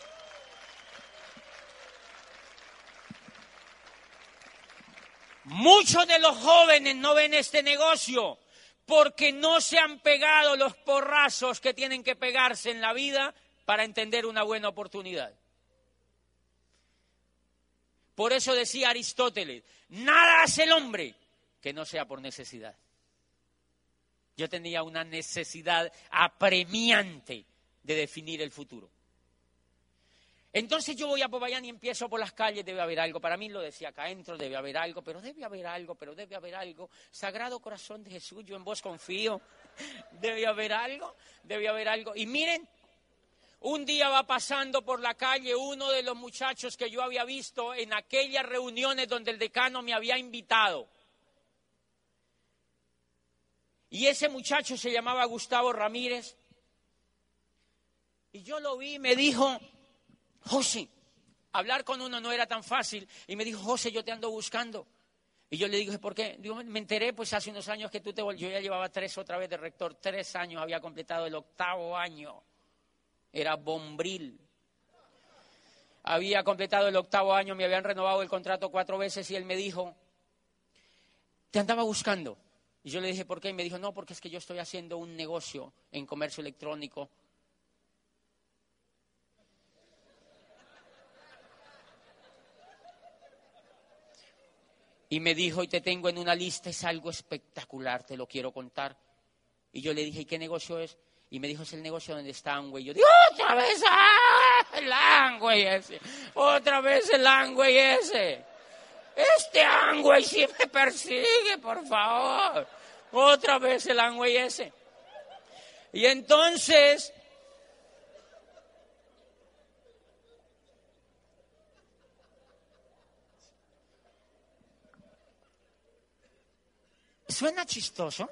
A: Muchos de los jóvenes no ven este negocio porque no se han pegado los porrazos que tienen que pegarse en la vida para entender una buena oportunidad. Por eso decía Aristóteles, nada hace el hombre que no sea por necesidad. Yo tenía una necesidad apremiante de definir el futuro. Entonces yo voy a Popayán y empiezo por las calles, debe haber algo. Para mí lo decía acá adentro, debe haber algo, pero debe haber algo, pero debe haber algo. Sagrado Corazón de Jesús, yo en vos confío. Debe haber algo, debe haber algo. Y miren, un día va pasando por la calle uno de los muchachos que yo había visto en aquellas reuniones donde el decano me había invitado. Y ese muchacho se llamaba Gustavo Ramírez. Y yo lo vi y me dijo, José, hablar con uno no era tan fácil. Y me dijo, José, yo te ando buscando. Y yo le dije, ¿por qué? Digo, me enteré pues hace unos años que tú te volviste. Yo ya llevaba tres otra vez de rector, tres años, había completado el octavo año. Era bombril. Había completado el octavo año, me habían renovado el contrato cuatro veces y él me dijo, te andaba buscando. Y yo le dije, ¿por qué? Y me dijo, no, porque es que yo estoy haciendo un negocio en comercio electrónico. Y me dijo, y te tengo en una lista, es algo espectacular, te lo quiero contar. Y yo le dije, ¿y qué negocio es? Y me dijo, es el negocio donde está Amway. Yo digo, otra vez, ¡ah! El Amway ese. Otra vez el Amway ese. Este Amway sí me persigue, por favor. Otra vez el Amway ese. Y entonces, ¿suena chistoso?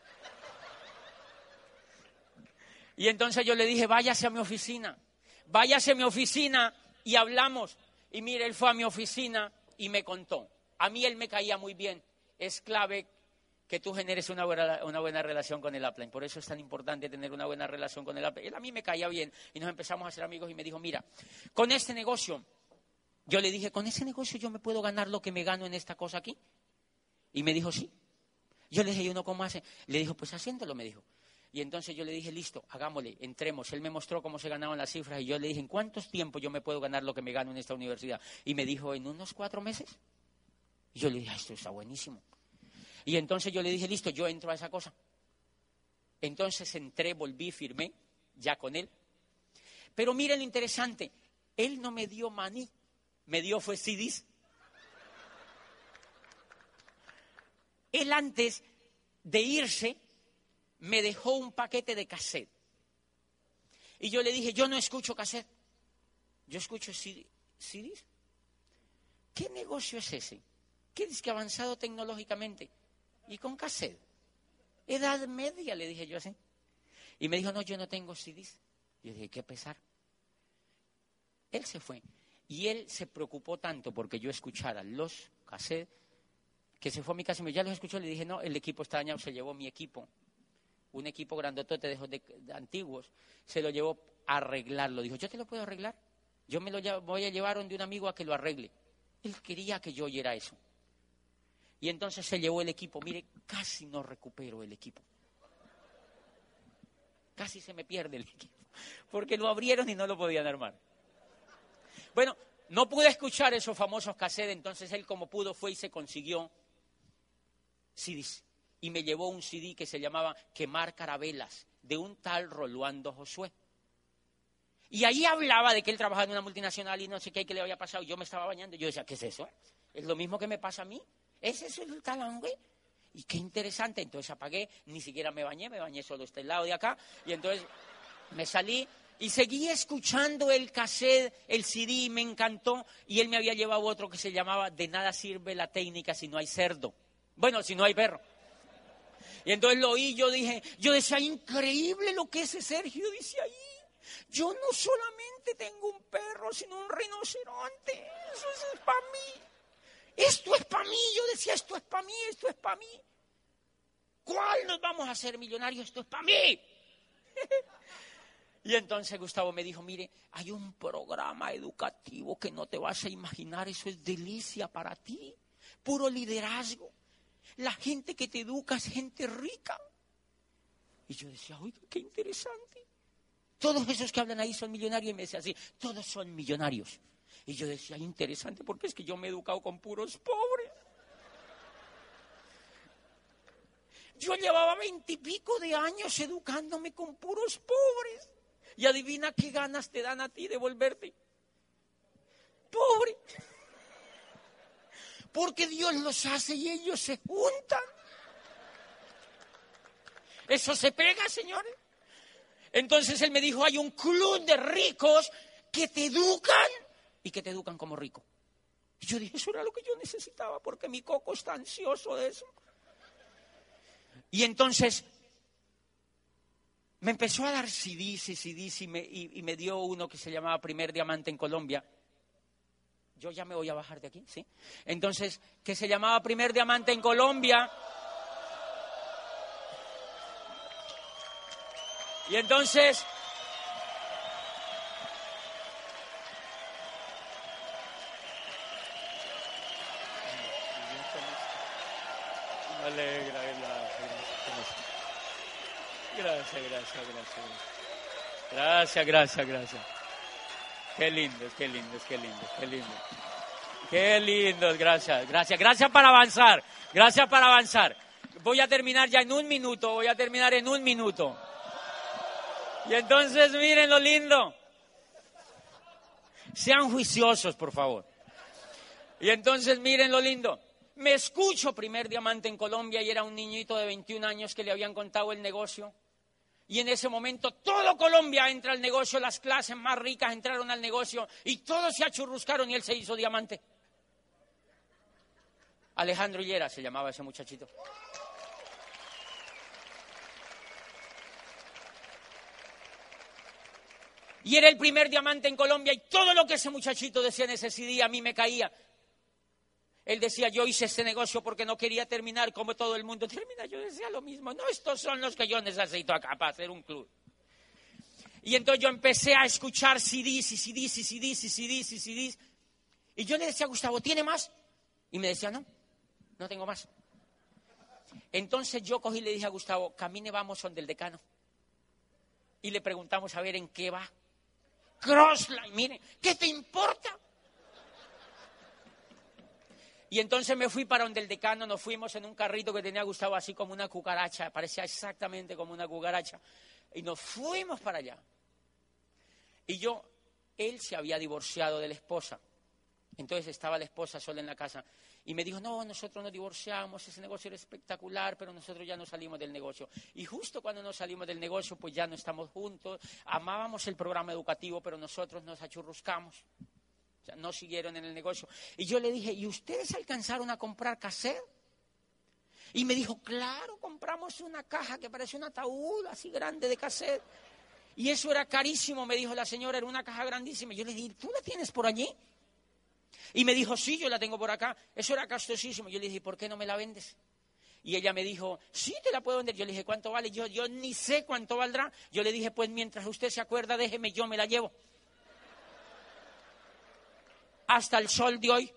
A: Y entonces yo le dije, váyase a mi oficina, váyase a mi oficina y hablamos. Y mire, él fue a mi oficina y me contó. A mí él me caía muy bien. Es clave que tú generes una buena, una buena relación con el upline. Por eso es tan importante tener una buena relación con el upline. Él a mí me caía bien y nos empezamos a hacer amigos y me dijo, mira, con este negocio, yo le dije, con ese negocio yo me puedo ganar lo que me gano en esta cosa aquí. Y me dijo, sí. Yo le dije, ¿y uno cómo hace? Le dijo, pues haciéndolo, me dijo. Y entonces yo le dije, listo, hagámosle, entremos. Él me mostró cómo se ganaban las cifras y yo le dije, ¿en cuántos tiempos yo me puedo ganar lo que me gano en esta universidad? Y me dijo, ¿en unos cuatro meses? Y yo le dije, esto está buenísimo. Y entonces yo le dije, listo, yo entro a esa cosa. Entonces entré, volví, firmé, ya con él. Pero miren lo interesante, él no me dio maní, me dio fue C Ds. Él antes de irse me dejó un paquete de cassette. Y yo le dije, yo no escucho cassette, yo escucho C Ds. ¿Qué negocio es ese? ¿Qué es que avanzado tecnológicamente? Y con cassette. Edad media, le dije yo así. Y me dijo, no, yo no tengo C Ds. Yo dije, qué pesar. Él se fue. Y él se preocupó tanto porque yo escuchara los cassettes, que se fue a mi casa y me ya los escuchó. Le dije, no, el equipo está dañado, se llevó mi equipo. Un equipo grandotote de, de, de antiguos, se lo llevó a arreglarlo. Dijo, ¿yo te lo puedo arreglar? Yo me lo voy a llevar donde un amigo a que lo arregle. Él quería que yo oyera eso. Y entonces se llevó el equipo. Mire, casi no recupero el equipo. Casi se me pierde el equipo. Porque lo abrieron y no lo podían armar. Bueno, no pude escuchar esos famosos cassettes, entonces él como pudo fue y se consiguió C Ds. Y me llevó un C D que se llamaba Quemar Carabelas, de un tal Rolando Josué. Y ahí hablaba de que él trabajaba en una multinacional y no sé qué, qué le había pasado. Yo me estaba bañando y yo decía, ¿qué es eso? Es lo mismo que me pasa a mí. ¿Es eso el tal Amway? Y qué interesante. Entonces apagué, ni siquiera me bañé, me bañé solo este lado de acá. Y entonces me salí y seguí escuchando el cassette, el C D, me encantó. Y él me había llevado otro que se llamaba De nada sirve la técnica si no hay cerdo. Bueno, si no hay perro. Y entonces lo oí, yo dije, yo decía, increíble lo que ese Sergio dice ahí. Yo no solamente tengo un perro, sino un rinoceronte. Eso es para mí. Esto es para mí. Yo decía, esto es para mí, esto es para mí. ¿Cuál nos vamos a hacer millonarios? Esto es para mí. Y entonces Gustavo me dijo, mire, hay un programa educativo que no te vas a imaginar. Eso es delicia para ti. Puro liderazgo. La gente que te educa es gente rica. Y yo decía, oiga, qué interesante. Todos esos que hablan ahí son millonarios. Y me decía así, todos son millonarios. Y yo decía, interesante, porque es que yo me he educado con puros pobres. Yo llevaba veintipico de años educándome con puros pobres. Y adivina qué ganas te dan a ti de volverte pobre. Porque Dios los hace y ellos se juntan. Eso se pega, señores. Entonces él me dijo, hay un club de ricos que te educan y que te educan como rico. Y yo dije, eso era lo que yo necesitaba, porque mi coco está ansioso de eso. Y entonces me empezó a dar C Ds y C Ds y me, y, y me dio uno que se llamaba Primer Diamante en Colombia. Yo ya me voy a bajar de aquí, ¿sí? Entonces, que se llamaba Primer Diamante en Colombia. Y entonces, me alegra, gracias, gracias, gracias. Gracias, gracias, gracias. Qué lindo, qué lindo, qué lindo, qué lindo. Qué lindo, gracias, gracias, gracias para avanzar, gracias para avanzar. voy a terminar ya en un minuto, voy a terminar en un minuto. Y entonces miren lo lindo. Sean juiciosos, por favor. Y entonces miren lo lindo. Me escucho primer diamante en Colombia y era un niñito de veintiún años que le habían contado el negocio. Y en ese momento todo Colombia entra al negocio, las clases más ricas entraron al negocio y todos se achurruscaron y él se hizo diamante. Alejandro Hillera se llamaba ese muchachito. Y era el primer diamante en Colombia y todo lo que ese muchachito decía en ese C D a mí me caía. Él decía, yo hice este negocio porque no quería terminar como todo el mundo termina. Yo decía lo mismo, no, estos son los que yo necesito acá para hacer un club. Y entonces yo empecé a escuchar C Ds y C Ds y C Ds y C Ds y C Ds. Y yo le decía a Gustavo, ¿tiene más? Y me decía, no, no tengo más. Entonces yo cogí y le dije a Gustavo, camine, vamos donde el decano. Y le preguntamos a ver en qué va. Crossline, miren, ¿qué te importa? Y entonces me fui para donde el decano, nos fuimos en un carrito que tenía Gustavo así como una cucaracha, parecía exactamente como una cucaracha, y nos fuimos para allá. Y yo, él se había divorciado de la esposa, entonces estaba la esposa sola en la casa, y me dijo, no, nosotros nos divorciamos, ese negocio era espectacular, pero nosotros ya no salimos del negocio. Y justo cuando nos salimos del negocio, pues ya no estamos juntos, amábamos el programa educativo, pero nosotros nos achurruscamos. O sea, no siguieron en el negocio. Y yo le dije, ¿y ustedes alcanzaron a comprar cassette? Y me dijo, claro, compramos una caja que parece un ataúd así grande de cassette. Y eso era carísimo, me dijo la señora, era una caja grandísima. Y yo le dije, ¿tú la tienes por allí? Y me dijo, sí, yo la tengo por acá. Eso era costosísimo. Yo le dije, ¿por qué no me la vendes? Y ella me dijo, sí, te la puedo vender. Yo le dije, ¿cuánto vale? Yo, yo ni sé cuánto valdrá. Yo le dije, pues mientras usted se acuerda, déjeme, yo me la llevo. Hasta el sol de hoy.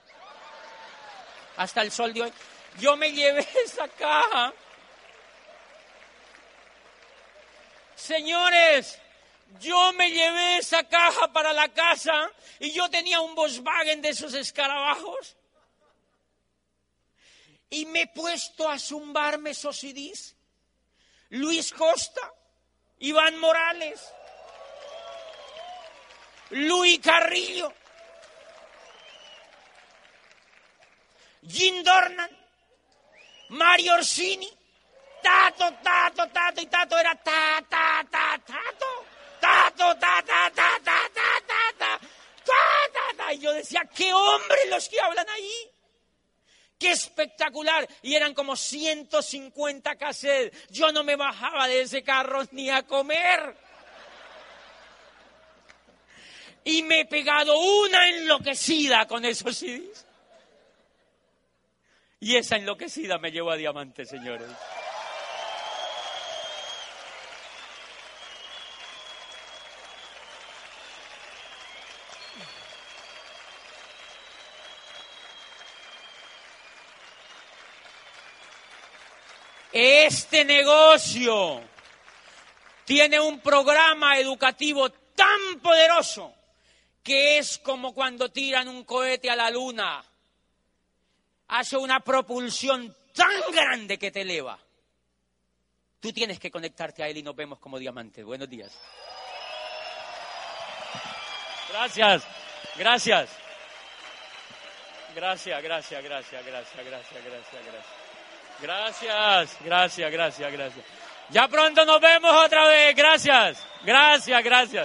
A: Hasta el sol de hoy. Yo me llevé esa caja. Señores, yo me llevé esa caja para la casa y yo tenía un Volkswagen de esos escarabajos. Y me he puesto a zumbarme esos C Ds. Luis Costa, Iván Morales, Luis Carrillo, Jim Dornan, Mario Orsini, Tato, Tato, Tato, y Tato era ta, ta, ta, Tato, Tato, ta, ta, ta, ta, ta, ta, ta, ta, ta. Y yo decía, qué hombres los que hablan ahí. ¡Qué espectacular! Y eran como ciento cincuenta cassettes. Yo no me bajaba de ese carro ni a comer. Y me he pegado una enloquecida con esos C Ds. Y esa enloquecida me llevó a diamante, señores. Este negocio tiene un programa educativo tan poderoso que es como cuando tiran un cohete a la luna. Hace una propulsión tan grande que te eleva. Tú tienes que conectarte a él y nos vemos como diamantes. Buenos días. Gracias, gracias. Gracias, gracias, gracias, gracias, gracias, gracias, gracias. Gracias, gracias, gracias, gracias. Ya pronto nos vemos otra vez. Gracias, gracias, gracias.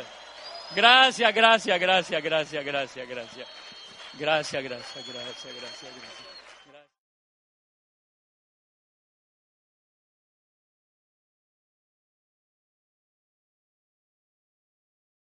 A: Gracias, gracias, gracias, gracias, gracias, gracias. Gracias, gracias, gracias, gracias, gracias.